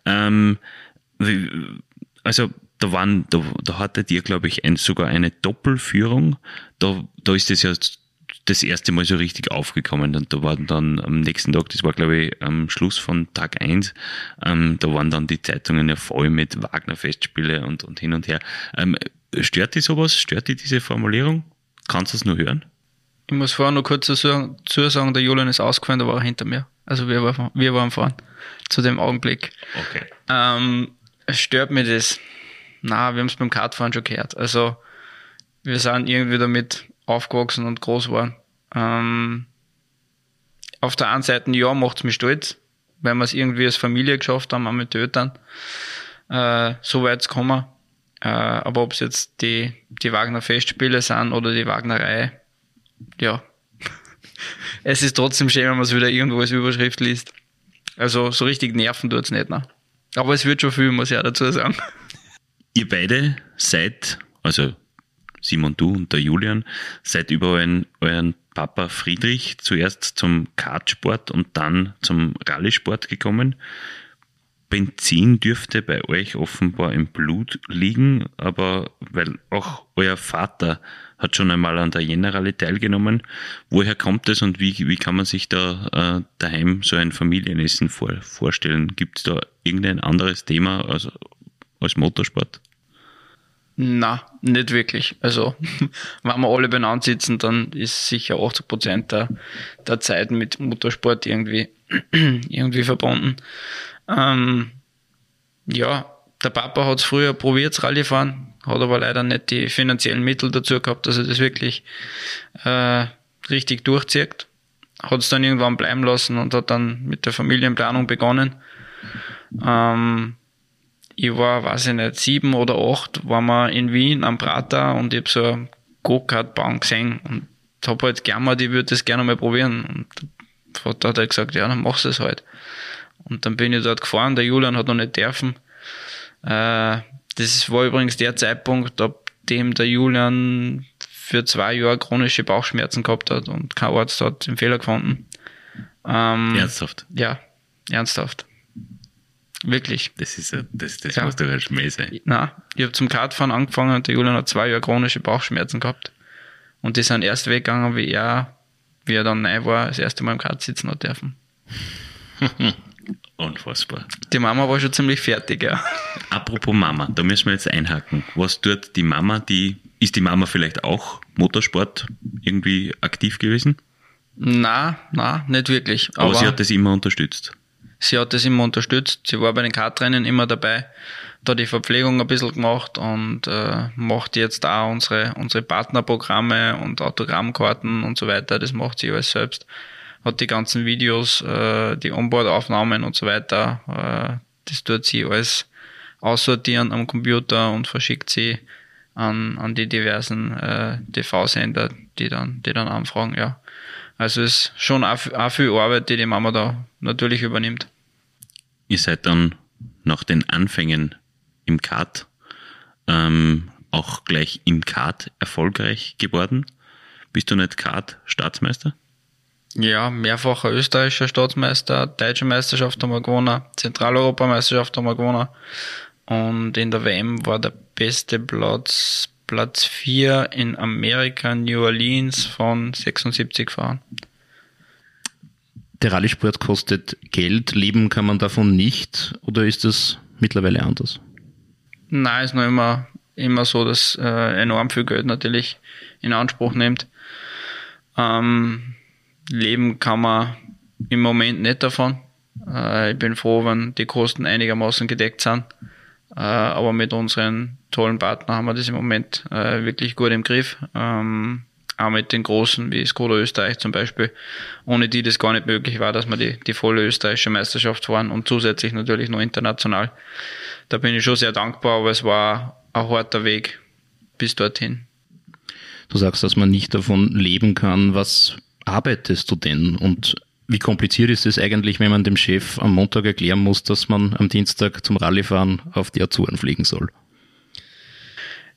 Also da hattet ihr, glaube ich, sogar eine Doppelführung. Da ist das ja das erste Mal so richtig aufgekommen. Und da waren dann am nächsten Tag, das war, glaube ich, am Schluss von Tag 1, da waren dann die Zeitungen ja voll mit Wagner-Festspiele und hin und her. Stört dich sowas? Stört dich diese Formulierung? Kannst du es nur hören? Ich muss vorher noch kurz dazu sagen, der Julian ist ausgefallen, da war er hinter mir. Also wir waren fahren zu dem Augenblick. Okay. Stört mich das? Na, wir haben es beim Kartfahren schon gehört. Also wir sind irgendwie damit aufgewachsen und groß geworden. Auf der einen Seite, ja, macht es mich stolz, weil wir es irgendwie als Familie geschafft haben, auch mit Tötern, so weit zu kommen. Aber ob es jetzt die Wagner Festspiele sind oder die Wagnerei, ja, es ist trotzdem schön, wenn man es wieder irgendwo als Überschrift liest. Also so richtig nerven tut es nicht. Ne? Aber es wird schon viel, muss ich auch dazu sagen. Ihr beide seid, also Simon, du und der Julian, seid über euren Papa Friedrich zuerst zum Kartsport und dann zum Rallye-Sport gekommen. Benzin dürfte bei euch offenbar im Blut liegen, aber weil auch euer Vater hat schon einmal an der Jänner-Rallye teilgenommen. Woher kommt das und wie kann man sich da daheim so ein Familienessen vorstellen? Gibt es da irgendein anderes Thema als Motorsport? Na, nicht wirklich. Also, wenn wir alle beieinander sitzen, dann ist sicher 80% der Zeit mit Motorsport irgendwie verbunden. Ja, der Papa hat es früher probiert, Rallye fahren, hat aber leider nicht die finanziellen Mittel dazu gehabt, dass er das wirklich richtig durchzieht. Hat es dann irgendwann bleiben lassen und hat dann mit der Familienplanung begonnen. Ich war, weiß ich nicht, 7 oder 8, waren wir in Wien am Prater und ich habe so eine Go-Kart-Bahn gesehen und habe halt gejammert, ich würde das gerne mal probieren. Und der Vater hat halt gesagt, ja, dann machst du es halt. Und dann bin ich dort gefahren, der Julian hat noch nicht dürfen. Das war übrigens der Zeitpunkt, ab dem der Julian für 2 Jahre chronische Bauchschmerzen gehabt hat und kein Arzt hat den Fehler gefunden. Ernsthaft? Ja, ernsthaft. Wirklich. Das ja. Muss doch ein Schmäh sein. Nein, ich habe zum Kartfahren angefangen und der Julian hat 2 Jahre chronische Bauchschmerzen gehabt. Und die sind erst weggegangen, wie er dann neu war, das erste Mal im Kart sitzen hat dürfen. Unfassbar. Die Mama war schon ziemlich fertig, ja. Apropos Mama, da müssen wir jetzt einhaken. Was tut die Mama? Ist die Mama vielleicht auch Motorsport irgendwie aktiv gewesen? Nein, nicht wirklich. Aber sie hat das immer unterstützt. Sie hat das immer unterstützt. Sie war bei den Kartrennen immer dabei, da die Verpflegung ein bisschen gemacht und macht jetzt auch unsere Partnerprogramme und Autogrammkarten und so weiter. Das macht sie alles selbst. Hat die ganzen Videos, die Onboard-Aufnahmen und so weiter. Das tut sie alles aussortieren am Computer und verschickt sie an die diversen TV-Sender, die dann anfragen, ja. Also es ist schon auch viel Arbeit, die Mama da natürlich übernimmt. Ihr seid dann nach den Anfängen im Kart auch gleich im Kart erfolgreich geworden. Bist du nicht Kart-Staatsmeister? Ja, mehrfacher österreichischer Staatsmeister, deutsche Meisterschaft haben wir gewonnen, Zentraleuropameisterschaft haben wir gewonnen und in der WM war der beste Platz 4 in Amerika, New Orleans von 76 Fahrern. Der Rallye-Sport kostet Geld, leben kann man davon nicht, oder ist das mittlerweile anders? Nein, ist noch immer so, dass enorm viel Geld natürlich in Anspruch nimmt. Leben kann man im Moment nicht davon. Ich bin froh, wenn die Kosten einigermaßen gedeckt sind. Aber mit unseren tollen Partnern haben wir das im Moment wirklich gut im Griff. Auch mit den großen wie Skoda Österreich zum Beispiel, ohne die das gar nicht möglich war, dass wir die volle österreichische Meisterschaft fahren und zusätzlich natürlich noch international. Da bin ich schon sehr dankbar, aber es war ein harter Weg bis dorthin. Du sagst, dass man nicht davon leben kann. Was arbeitest du denn und wie kompliziert ist es eigentlich, wenn man dem Chef am Montag erklären muss, dass man am Dienstag zum Rallyefahren auf die Azoren fliegen soll?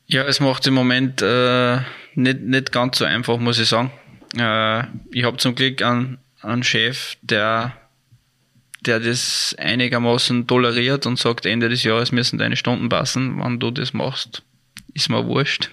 Ja, es macht im Moment nicht ganz so einfach, muss ich sagen. Ich habe zum Glück einen Chef, der das einigermaßen toleriert und sagt, Ende des Jahres müssen deine Stunden passen. Wenn du das machst, ist mir wurscht.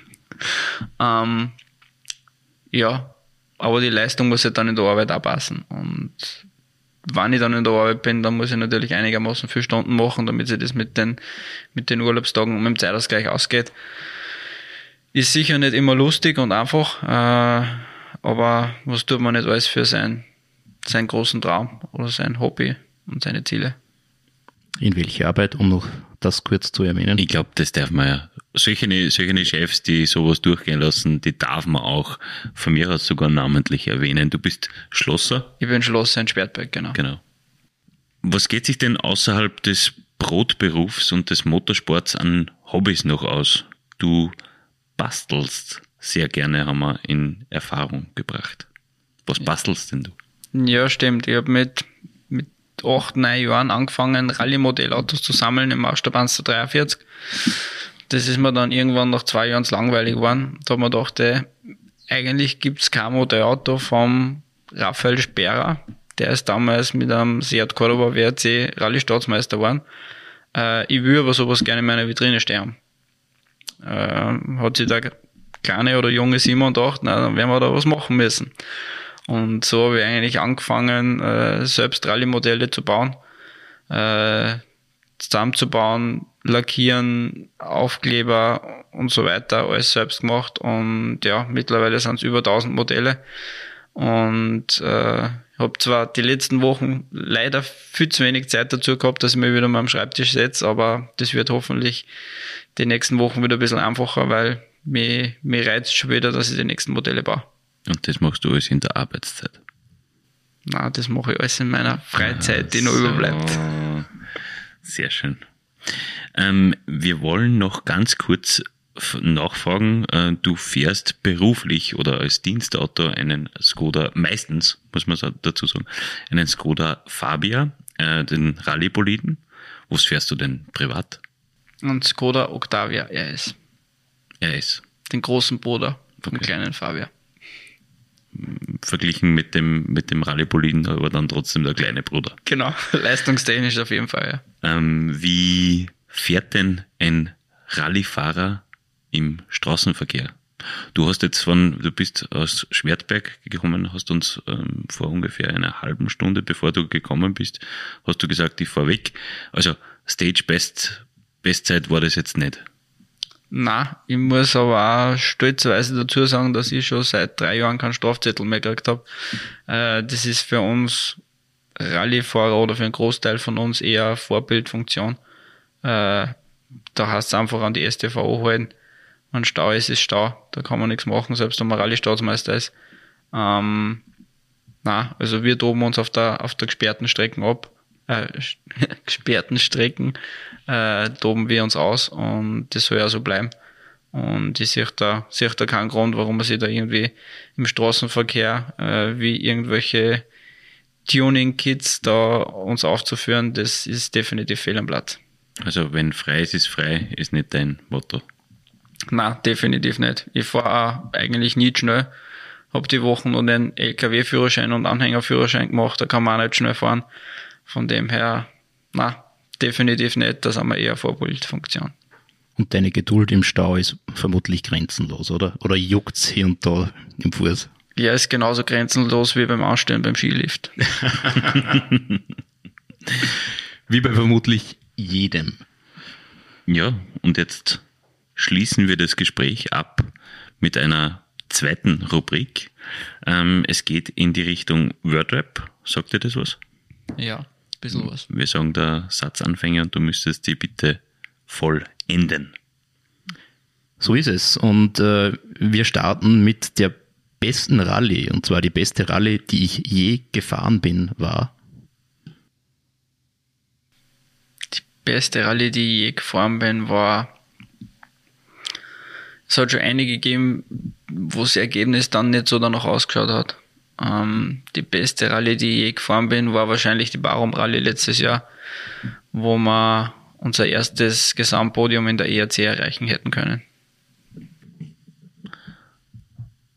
Ja, aber die Leistung muss halt dann in der Arbeit auch passen. Und wenn ich dann in der Arbeit bin, dann muss ich natürlich einigermaßen viele Stunden machen, damit sich das mit den Urlaubstagen und mit dem Zeitausgleich ausgeht. Ist sicher nicht immer lustig und einfach, aber was tut man nicht alles für seinen großen Traum oder sein Hobby und seine Ziele? In welche Arbeit, um noch das kurz zu erwähnen? Ich glaube, das darf man ja. Solche Chefs, die sowas durchgehen lassen, die darf man auch von mir aus sogar namentlich erwähnen. Du bist Schlosser? Ich bin Schlosser in Spertberg, genau. Was geht sich denn außerhalb des Brotberufs und des Motorsports an Hobbys noch aus? Du bastelst sehr gerne, haben wir in Erfahrung gebracht. Was bastelst denn du? Ja, stimmt. Ich habe mit 8, 9 Jahren angefangen, Rallye-Modellautos zu sammeln im Ausstabanster 43. Das ist mir dann irgendwann nach 2 Jahren zu langweilig geworden. Da habe ich mir gedacht, eigentlich gibt es kein Modellauto vom Raphael Sperrer. Der ist damals mit einem Seat Cordoba WRC Rallye-Staatsmeister geworden. Ich will aber sowas gerne in meiner Vitrine stehen. Hat sich der kleine oder junge Simon gedacht, na, dann werden wir da was machen müssen. Und so habe ich eigentlich angefangen, selbst Rallye-Modelle zu bauen, zusammenzubauen, lackieren, Aufkleber und so weiter, alles selbst gemacht. Und ja, mittlerweile sind es über 1000 Modelle. Und habe zwar die letzten Wochen leider viel zu wenig Zeit dazu gehabt, dass ich mich wieder mal am Schreibtisch setze, aber das wird hoffentlich die nächsten Wochen wieder ein bisschen einfacher, weil mir reizt schon wieder, dass ich die nächsten Modelle baue. Und das machst du alles in der Arbeitszeit? Nein, das mache ich alles in meiner Freizeit, die noch überbleibt. Sehr schön. Wir wollen noch ganz kurz nachfragen. Du fährst beruflich oder als Dienstauto einen Skoda, meistens, muss man dazu sagen, einen Skoda Fabia, den Rallye-Boliden. Was fährst du denn privat? Und Skoda Octavia RS. RS. Den großen Bruder vom kleinen Fabia. Verglichen mit dem Rallye-Boliden, aber dann trotzdem der kleine Bruder. Genau, leistungstechnisch auf jeden Fall, ja. Wie fährt denn ein Rallyefahrer im Straßenverkehr? Du bist aus Schwertberg gekommen, hast uns vor ungefähr einer halben Stunde, bevor du gekommen bist, hast du gesagt, ich fahr weg. Also Stage Bestzeit war das jetzt nicht. Nein, ich muss aber auch stolzerweise dazu sagen, dass ich schon seit 3 Jahren keinen Strafzettel mehr gekriegt habe. Das ist für uns Rallyefahrer oder für einen Großteil von uns eher eine Vorbildfunktion. Da heißt es einfach an die StVO halten. Wenn Stau ist Stau. Da kann man nichts machen, selbst wenn man Rallye-Staatsmeister ist. Nein, also wir toben uns auf der gesperrten Strecken ab. Gesperrten Strecken toben wir uns aus und das soll ja so bleiben. Und ich sehe da keinen Grund, warum man sich da irgendwie im Straßenverkehr wie irgendwelche Tuning-Kids da uns aufzuführen, das ist definitiv fehl am Platz. Also wenn frei ist frei, ist nicht dein Motto? Nein, definitiv nicht. Ich fahre auch eigentlich nie schnell. Habe die Wochen noch den LKW-Führerschein und Anhängerführerschein gemacht, da kann man auch nicht schnell fahren. Von dem her, nein, definitiv nicht, das haben wir eher Vorbildfunktion. Und deine Geduld im Stau ist vermutlich grenzenlos, oder? Oder juckt's hier und da im Fuß? Ja, ist genauso grenzenlos wie beim Anstellen beim Skilift. Wie bei vermutlich jedem. Ja, und jetzt schließen wir das Gespräch ab mit einer zweiten Rubrik. Es geht in die Richtung Wordrap. Sagt dir das was? Ja, ein bisschen was. Wir sagen da Satzanfänge und du müsstest die bitte vollenden. So ist es. Und wir starten mit der besten Rallye. Und zwar die beste Rallye, die ich je gefahren bin, war. Die beste Rallye, die ich je gefahren bin, war. Es hat schon einige gegeben, wo das Ergebnis dann nicht so danach ausgeschaut hat. Die beste Rallye, die ich je gefahren bin, war wahrscheinlich die Barum Rallye letztes Jahr, wo wir unser erstes Gesamtpodium in der ERC erreichen hätten können.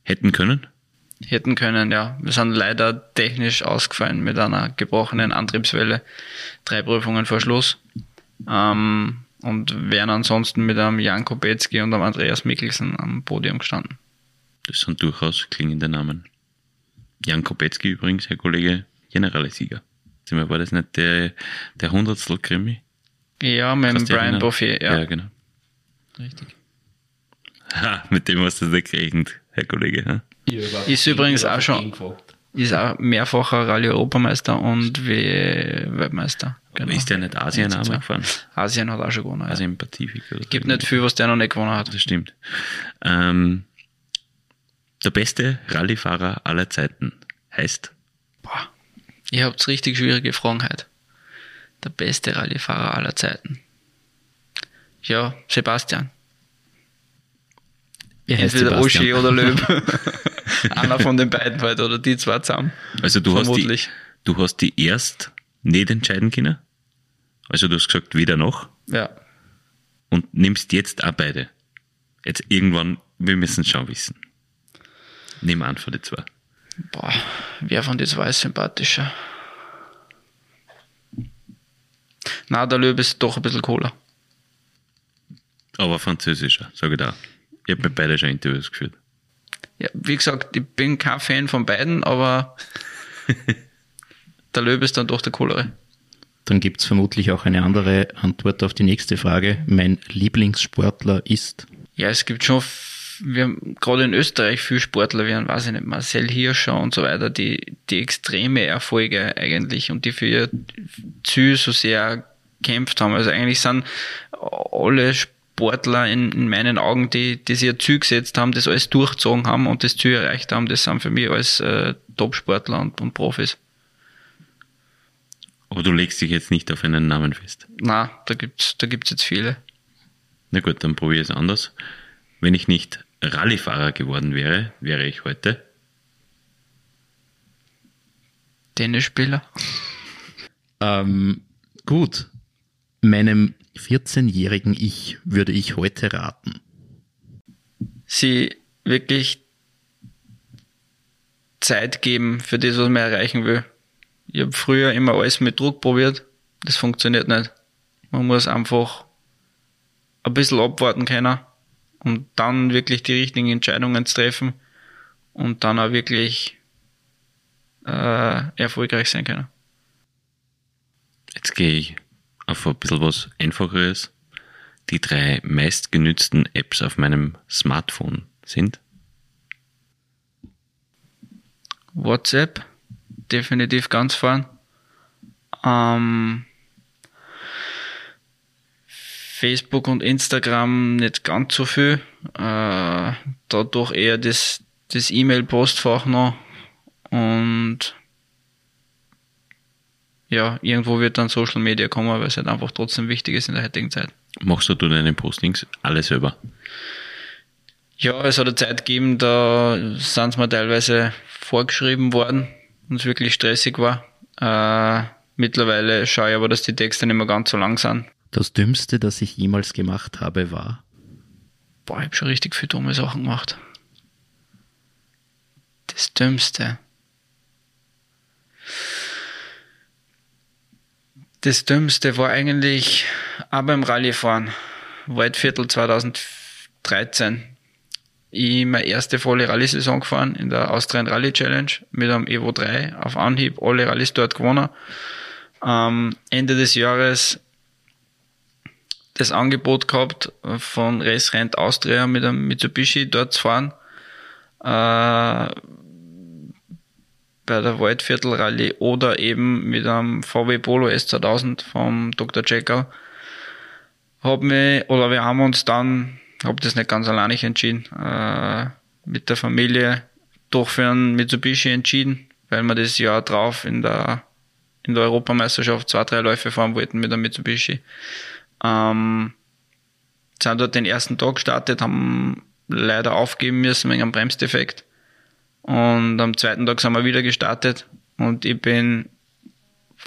hätten können? Hätten können, ja. Wir sind leider technisch ausgefallen mit einer gebrochenen Antriebswelle. 3 Prüfungen vor Schluss. Und wären ansonsten mit einem Jan Kopetzky und einem Andreas Mikkelsen am Podium gestanden. Das sind durchaus klingende Namen. Jan Kopetzky übrigens, Herr Kollege, Generalsieger. War das nicht der 100. Krimi? Ja, mit dem Brian Bouffier, ja. Ja, genau. Richtig. Ha, mit dem hast du nicht gerechnet, Herr Kollege. Ha? Ist übrigens auch schon, ist auch mehrfacher Rallye-Europameister und Weltmeister. Genau. Ist der nicht Asien auch mal gefahren? Asien hat auch schon gewonnen. Asien Pazifik oder so. Gibt nicht viel, was der noch nicht gewonnen hat. Das stimmt. Der beste Rallyefahrer aller Zeiten heißt? Boah, ihr habt richtig schwierige Fragen heute. Der beste Rallyefahrer aller Zeiten. Ja, Sebastian. Entweder Oschi oder Löb. Einer von den beiden halt, oder die zwei zusammen. Also du hast die erst nicht entscheiden können? Also du hast gesagt, weder noch? Ja. Und nimmst jetzt auch beide? Jetzt irgendwann, wir müssen es schon wissen. Nimm an von den zwei. Boah, wer von den zwei ist sympathischer? Na, der Löb ist doch ein bisschen cooler. Aber französischer, sage ich da. Ich habe mit beiden schon Interviews geführt. Ja, wie gesagt, ich bin kein Fan von beiden, aber der Löb ist dann doch der coolere. Dann gibt es vermutlich auch eine andere Antwort auf die nächste Frage. Mein Lieblingssportler ist? Ja, es gibt schon, wir haben gerade in Österreich viele Sportler, wie weiß ich nicht, Marcel Hirscher und so weiter, die extreme Erfolge eigentlich und die für ihr Ziel so sehr gekämpft haben. Also eigentlich sind alle Sportler in meinen Augen, die sich ein Ziel gesetzt haben, das alles durchgezogen haben und das Ziel erreicht haben, das sind für mich alles Top-Sportler und Profis. Aber du legst dich jetzt nicht auf einen Namen fest. Na, da gibt's jetzt viele. Na gut, dann probiere ich es anders. Wenn ich nicht Rallyefahrer geworden wäre, wäre ich heute Tennisspieler. Gut. Meinem 14-jährigen Ich würde ich heute raten. Sie wirklich Zeit geben für das, was man erreichen will. Ich habe früher immer alles mit Druck probiert. Das funktioniert nicht. Man muss einfach ein bisschen abwarten können und dann wirklich die richtigen Entscheidungen zu treffen und dann auch wirklich erfolgreich sein können. Jetzt gehe ich auf ein bisschen was Einfacheres. Die 3 meistgenützten Apps auf meinem Smartphone sind? WhatsApp, definitiv ganz vorn. Facebook und Instagram nicht ganz so viel. Dadurch eher das E-Mail-Postfach noch. Und ja, irgendwo wird dann Social Media kommen, weil es halt einfach trotzdem wichtig ist in der heutigen Zeit. Machst du deine Postings alle selber? Ja, es hat eine Zeit gegeben, da sind es mir teilweise vorgeschrieben worden und es wirklich stressig war. Mittlerweile schaue ich aber, dass die Texte nicht mehr ganz so lang sind. Das Dümmste, das ich jemals gemacht habe, war? Boah, ich habe schon richtig viele dumme Sachen gemacht. Das Dümmste. Das Dümmste war eigentlich auch beim Rallyefahren. Waldviertel 2013. Ich meine erste volle Rallye-Saison gefahren in der Austrian Rally Challenge mit einem Evo 3 auf Anhieb, alle Rallyes dort gewonnen. Ende des Jahres das Angebot gehabt von Race Rent Austria mit einem Mitsubishi dort zu fahren. Bei der Waldviertel Rallye oder eben mit einem VW Polo S2000 vom Dr. Checker. Wir haben uns dann, habe das nicht ganz alleinig entschieden, mit der Familie doch für einen Mitsubishi entschieden, weil wir das Jahr drauf in der Europameisterschaft 2-3 Läufe fahren wollten mit einem Mitsubishi. Sind dort den ersten Tag gestartet, haben leider aufgeben müssen wegen einem Bremsdefekt. Und am zweiten Tag sind wir wieder gestartet und ich bin,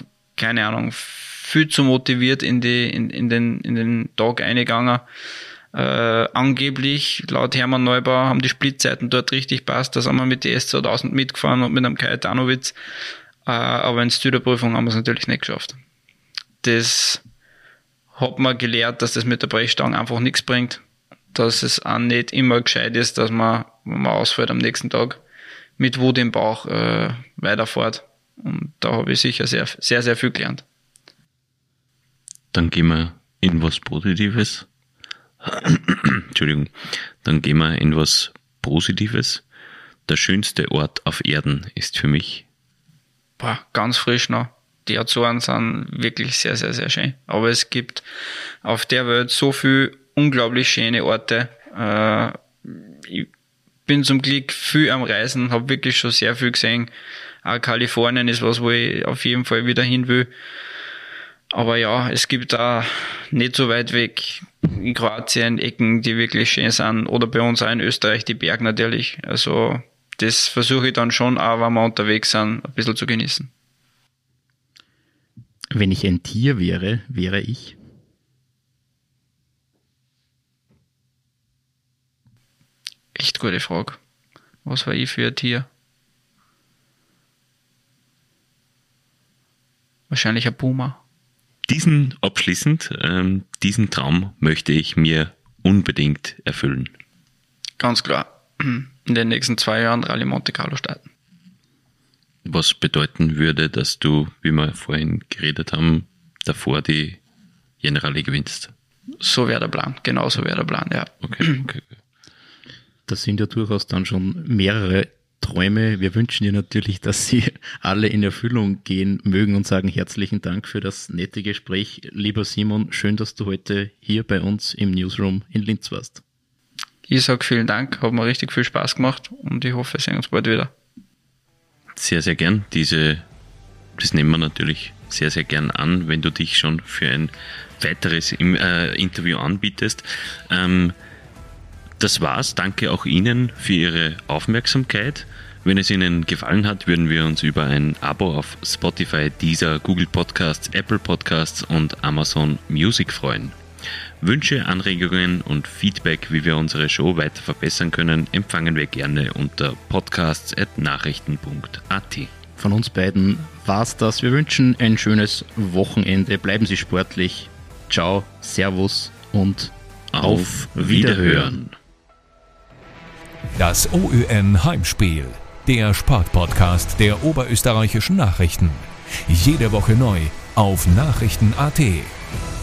keine Ahnung, viel zu motiviert in den Tag eingegangen. Angeblich, laut Hermann Neubauer, haben die Splitzeiten dort richtig passt. Da sind wir mit die S2000 mitgefahren und mit einem Kajetanowitz. Aber in der Stüderprüfung haben wir es natürlich nicht geschafft. Das hat man gelehrt, dass das mit der Brechstange einfach nichts bringt. Dass es auch nicht immer gescheit ist, dass man, wenn man ausfällt am nächsten Tag, mit Wut im Bauch weiterfährt. Und da habe ich sicher sehr, sehr, sehr viel gelernt. Dann gehen wir in was Positives. Entschuldigung. Dann gehen wir in was Positives. Der schönste Ort auf Erden ist für mich. Ganz frisch noch. Die Azoren sind wirklich sehr, sehr, sehr schön. Aber es gibt auf der Welt so viele unglaublich schöne Orte. Ich bin zum Glück viel am Reisen, habe wirklich schon sehr viel gesehen. Auch Kalifornien ist was, wo ich auf jeden Fall wieder hin will. Aber ja, es gibt auch nicht so weit weg in Kroatien Ecken, die wirklich schön sind. Oder bei uns auch in Österreich die Berge natürlich. Also das versuche ich dann schon auch, wenn wir unterwegs sind, ein bisschen zu genießen. Wenn ich ein Tier wäre, wäre ich? Echt gute Frage. Was war ich für ein Tier? Wahrscheinlich ein Puma. Abschließend, diesen Traum möchte ich mir unbedingt erfüllen. Ganz klar. In den nächsten 2 Jahren Rallye Monte Carlo starten. Was bedeuten würde, dass du, wie wir vorhin geredet haben, davor die Generali gewinnst? So wäre der Plan. Genau so wäre der Plan, ja. Okay. Das sind ja durchaus dann schon mehrere Träume. Wir wünschen dir natürlich, dass sie alle in Erfüllung gehen mögen und sagen herzlichen Dank für das nette Gespräch. Lieber Simon, schön, dass du heute hier bei uns im Newsroom in Linz warst. Ich sage vielen Dank, hat mir richtig viel Spaß gemacht und ich hoffe, wir sehen uns bald wieder. Sehr, sehr gern. Das nehmen wir natürlich sehr, sehr gern an, wenn du dich schon für ein weiteres Interview anbietest. Das war's. Danke auch Ihnen für Ihre Aufmerksamkeit. Wenn es Ihnen gefallen hat, würden wir uns über ein Abo auf Spotify, Deezer, Google Podcasts, Apple Podcasts und Amazon Music freuen. Wünsche, Anregungen und Feedback, wie wir unsere Show weiter verbessern können, empfangen wir gerne unter podcasts@nachrichten.at. Von uns beiden war's das. Wir wünschen ein schönes Wochenende. Bleiben Sie sportlich. Ciao, Servus und auf Wiederhören. Das OÜN Heimspiel, der Sportpodcast der Oberösterreichischen Nachrichten. Jede Woche neu auf Nachrichten.at.